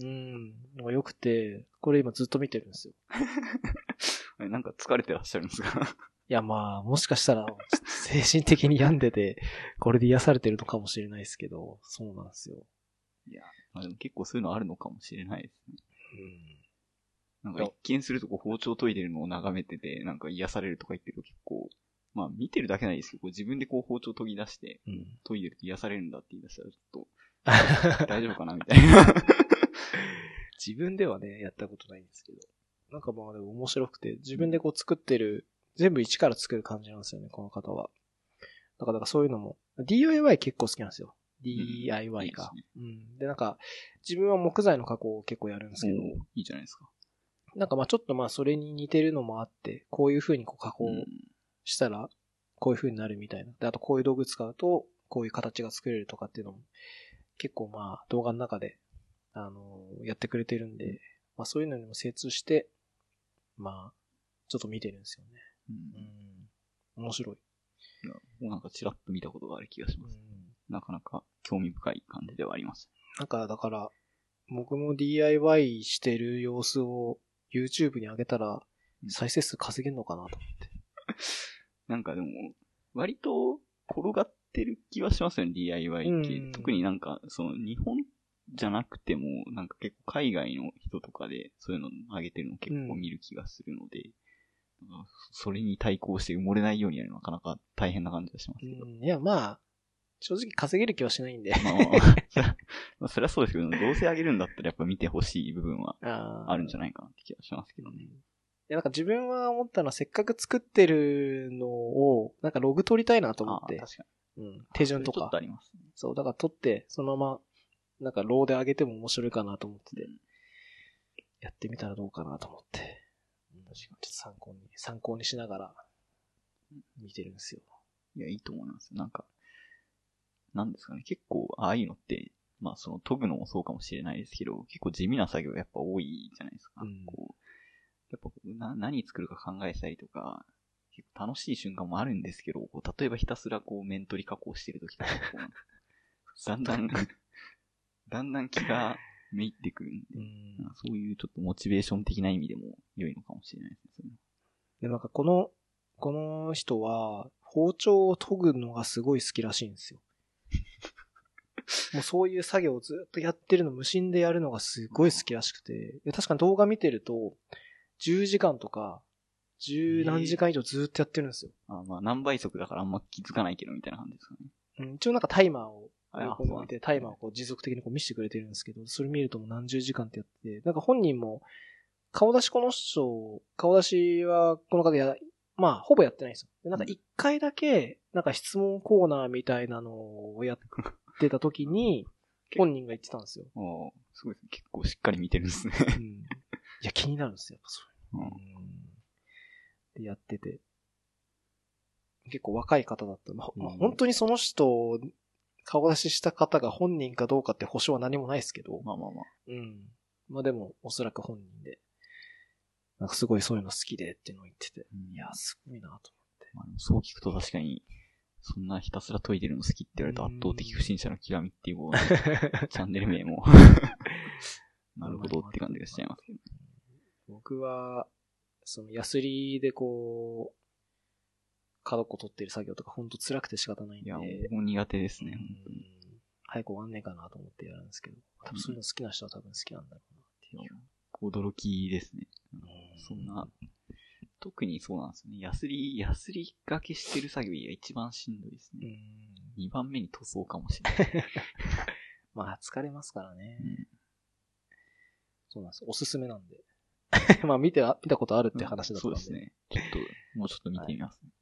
のが良くて、これ今ずっと見てるんですよ。 なんか疲れてらっしゃるんですか？ いやまあ、もしかしたら、精神的に病んでて、これで癒されてるのかもしれないですけど、そうなんですよ。 いや、まあ、でも結構そういうのあるのかもしれないですね。うん。なんか一見するとこう包丁研いでるのを眺めてて、なんか癒されるとか言ってると結構、まあ見てるだけないですけど、自分でこう包丁研ぎ出して、うん、研いでると癒されるんだって言い出したらちょっと、大丈夫かなみたいな。 自分ではね、やったことないんですけど。なんかまあでも面白くて、自分でこう作ってる、全部一から作る感じなんですよね、この方は。だから、だからそういうのも、ディーアイワイ 結構好きなんですよ。ディーアイワイ が。うん、いいですね。うん。で、なんか、自分は木材の加工を結構やるんですけど。 いいじゃないですか。 なんかまあちょっとまあそれに似てるのもあって、こういう風にこう加工したら、こういう風になるみたいな。で、あとこういう道具使うと、こういう形が作れるとかっていうのも、結構まあ動画の中で、あのー、やってくれてるんで、まあそういうのにも精通して、まあ、ちょっと見てるんですよね。うん。うん、面白い。 いや、もうなんかチラッと見たことがある気がします。うん、なかなか興味深い感じではあります。 なんか、だから、僕も ディーアイワイ してる様子を YouTube に上げたら、再生数稼げんのかなと思って。 なんかでも、割と転がってる気はしますよね、ディーアイワイ って。うん、特になんか、その日本じゃなくても、なんか結構海外の人とかでそういうの上げてるの結構見る気がするので、うん、それに対抗して埋もれないようにやるのはなかなか大変な感じがしますけど。うん、 いや、まあ、正直稼げる気はしないんで。まあ、 まあ、それはそうですけど、どうせ上げるんだったらやっぱ見てほしい部分はあるんじゃないかなって気がしますけどね。いや、なんか自分は思ったのはせっかく作ってるのを、なんかログ取りたいなと思って。 確かに。うん。手順とか。 ちょっとあります、ね。 そう、だから取って、そのまま、なんかローで上げても面白いかなと思ってて、うん、やってみたらどうかなと思って。確かにちょっと参考に、参考にしながら、見てるんですよ。 いや、いいと思います。なんか、なんですかね、結構、ああいうのって、まあその研ぐのもそうかもしれないですけど、結構地味な作業やっぱ多いじゃないですか。うん、こうやっぱな何作るか考えたりとか、結構楽しい瞬間もあるんですけど、こう例えばひたすらこう面取り加工してるときとか、こうだんだん、だんだん気がめいってくるんで、うん、そういうちょっとモチベーション的な意味でも良いのかもしれないですね。 で、なんかこの、この人は、包丁を研ぐのがすごい好きらしいんですよ。もうそういう作業をずっとやってるの、無心でやるのがすごい好きらしくて、確かに動画見てると、じゅうじかんとか、じゅう何時間以上ずっとやってるんですよ。 あまあ何倍速だからあんま気づかないけどみたいな感じですかね。 うん、一応なんかタイマーを横に置いて、タイマーをこう持続的にこう見せてくれてるんですけど、それ見るともう何十時間ってやってて、なんか本人も、顔出しこの人、顔出しはこの方や、まあほぼやってないんですよ。でなんか一回だけ、なんか質問コーナーみたいなのをやってた時に、本人が言ってたんですよ。 ああ、すごいですね。結構しっかり見てるんですね。うん、いや、気になるんですよ、やっぱそれ。うんでやってて。結構若い方だった。まあ、うん、本当にその人、顔出しした方が本人かどうかって保証は何もないですけど。 まあまあまあ。 うん。まあでも、おそらく本人で。なんかすごいそういうの好きでっていうのを言ってて。うん、いや、すごいなと思って。 まあ、そう聞くと確かに、そんなひたすら研いでるの好きって言われると圧倒的不審者の極みっていう、チャンネル名も。なるほどって感じがしちゃいますけど、ね。 僕は、そのヤスリでこう、角っこ取ってる作業とかほんと辛くて仕方ないんで。いや、 もう苦手ですね。 早く終わんねえかなと思ってやるんですけど。多分そういうの好きな人は多分好きなんだろうなっていう。 驚きですね。そんな、 特にそうなんですよね。ヤスリ、ヤスリ掛けしてる作業が一番しんどいですね。うん。にばんめに塗装かもしれない。 まあ、疲れますからね。 うん、 そうなんです。おすすめなんで。まあ、見て、見たことあるって話だったんで、 うん。そうですね。ちょっと、もうちょっと見てみます、ね。はい、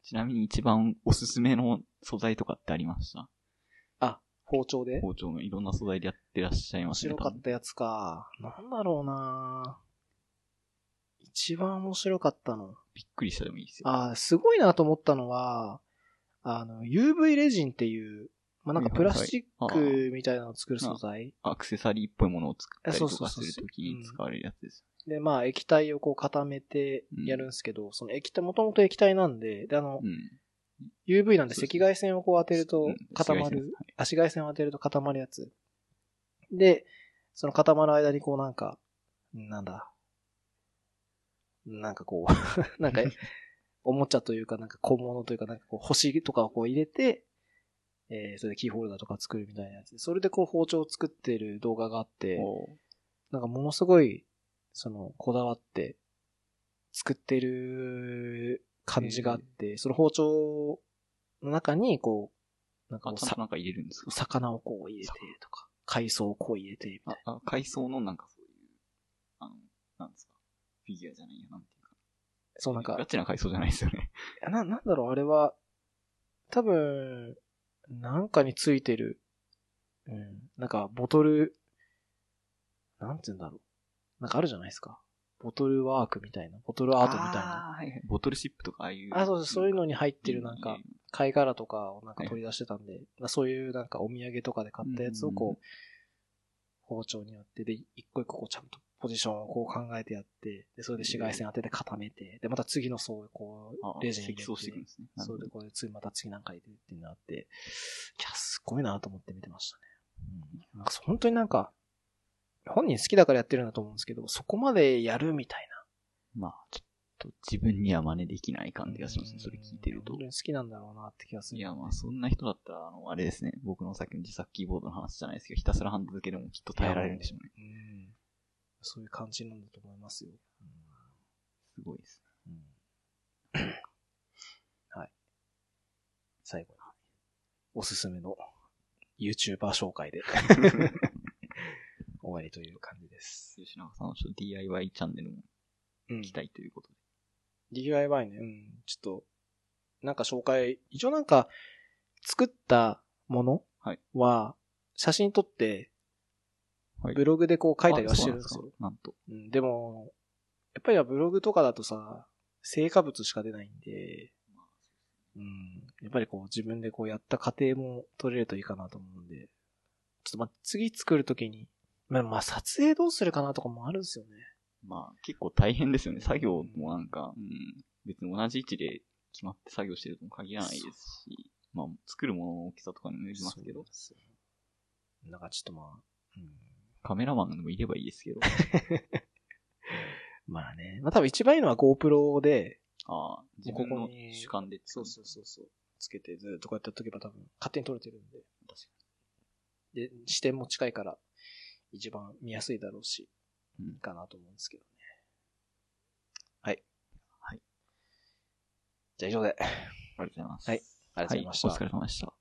ちなみに一番おすすめの素材とかってありました？ あ、包丁で？ 包丁のいろんな素材でやってらっしゃいますね。 面白かったやつか。なんだろうな一番面白かったの。 びっくりしたでもいいですよ。 あ、すごいなと思ったのは、あの、ユーブイ レジンっていう、まあ、なんかプラスチックみたいなのを作る素材、 アクセサリーっぽいものを作ったりとかするときに使われるやつです。 で、まあ、液体をこう固めてやるんですけど、うん、その液体、もともと液体なんで、で、あの、うん、ユーブイ なんで赤外線をこう当てると固まる、うん、紫外線を当てると固まるやつ。で、その固まる間にこうなんか、なんだ、なんかこう、なんか、おもちゃというか、なんか小物というか、なんかこう星とかをこう入れて、えー、それでキーホルダーとか作るみたいなやつで、それでこう包丁を作ってる動画があって、なんかものすごい、その、こだわって作ってる感じがあって、その包丁の中にこう、なんかこう、 なんか入れるんですか？ 魚をこう入れてとか、海藻をこう入れてみたいな。 あ、海藻のなんかそういう、あの、なんですか？フィギュアじゃないや、なんていうか。 そうなんか。 ガチな海藻じゃないですよね。 な、なんだろう、あれは、多分、なんかについてる、うん、なんかボトル、なんて言うんだろう。なんかあるじゃないですか。ボトルワークみたいな、ボトルアートみたいな。 あ、はいはい、ボトルシップとかああいう。 あ、そうそういうのに入ってるなんか、貝殻とかをなんか取り出してたんで、はい、そういうなんかお土産とかで買ったやつをこう、包丁によって、で、一個一個こうちゃんとポジションをこう考えてやって、で、それで紫外線当てて固めて、で、また次の層をこう、レジン入れて、 そうしていくんですね。 それでこれ次また次なんか入れてっていうのがあって、いや、すごいなと思って見てましたね。うん、なんか本当になんか、本人好きだからやってるんだと思うんですけど、そこまでやるみたいな。まあ、ちょっと自分には真似できない感じがしますね、それ聞いてると。 本当に好きなんだろうなって気がする、 ね。いや、まあそんな人だったら、あの、あれですね、僕のさっきの自作キーボードの話じゃないですけど、ひたすらハンド付けでもきっと耐えられるんでしょうね。 うん、そういう感じなんだと思いますよ。うん、 すごいですね。 うん、はい。最後に、おすすめの YouTuber 紹介で終わりという感じです。 吉永さんのちょっと ディーアイワイ チャンネルも期待ということで。 うん、ディーアイワイ ね、うん、ちょっと、なんか紹介、一応なんか、作ったものは、写真撮って、ブログでこう書いたりはしてるんですよ。 はい、なんと。 うん。でも、やっぱりブログとかだとさ、成果物しか出ないんで、うん。やっぱりこう自分でこうやった過程も撮れるといいかなと思うんで、ちょっとまあ次作るときに、まあ、まあ撮影どうするかなとかもあるんですよね。 まあ結構大変ですよね。作業もなんか、うん、別に同じ位置で決まって作業してるとも限らないですし、まあ作るものの大きさとかにもよりますけど。 なんかちょっとまあ、うん、 カメラマンでもいればいいですけど。 まあね。まあ多分一番いいのは GoPro で、 ああ、自分の主観で。 そうそうそうそう。つけてずっとこうやってやっとけば多分勝手に撮れてるんで。確かに。で、視点も近いから一番見やすいだろうし、うん、いいかなと思うんですけどね。はい。はい。じゃあ以上で。 ありがとうございます。 はい。ありがとうございました。 はい、お疲れ様でした。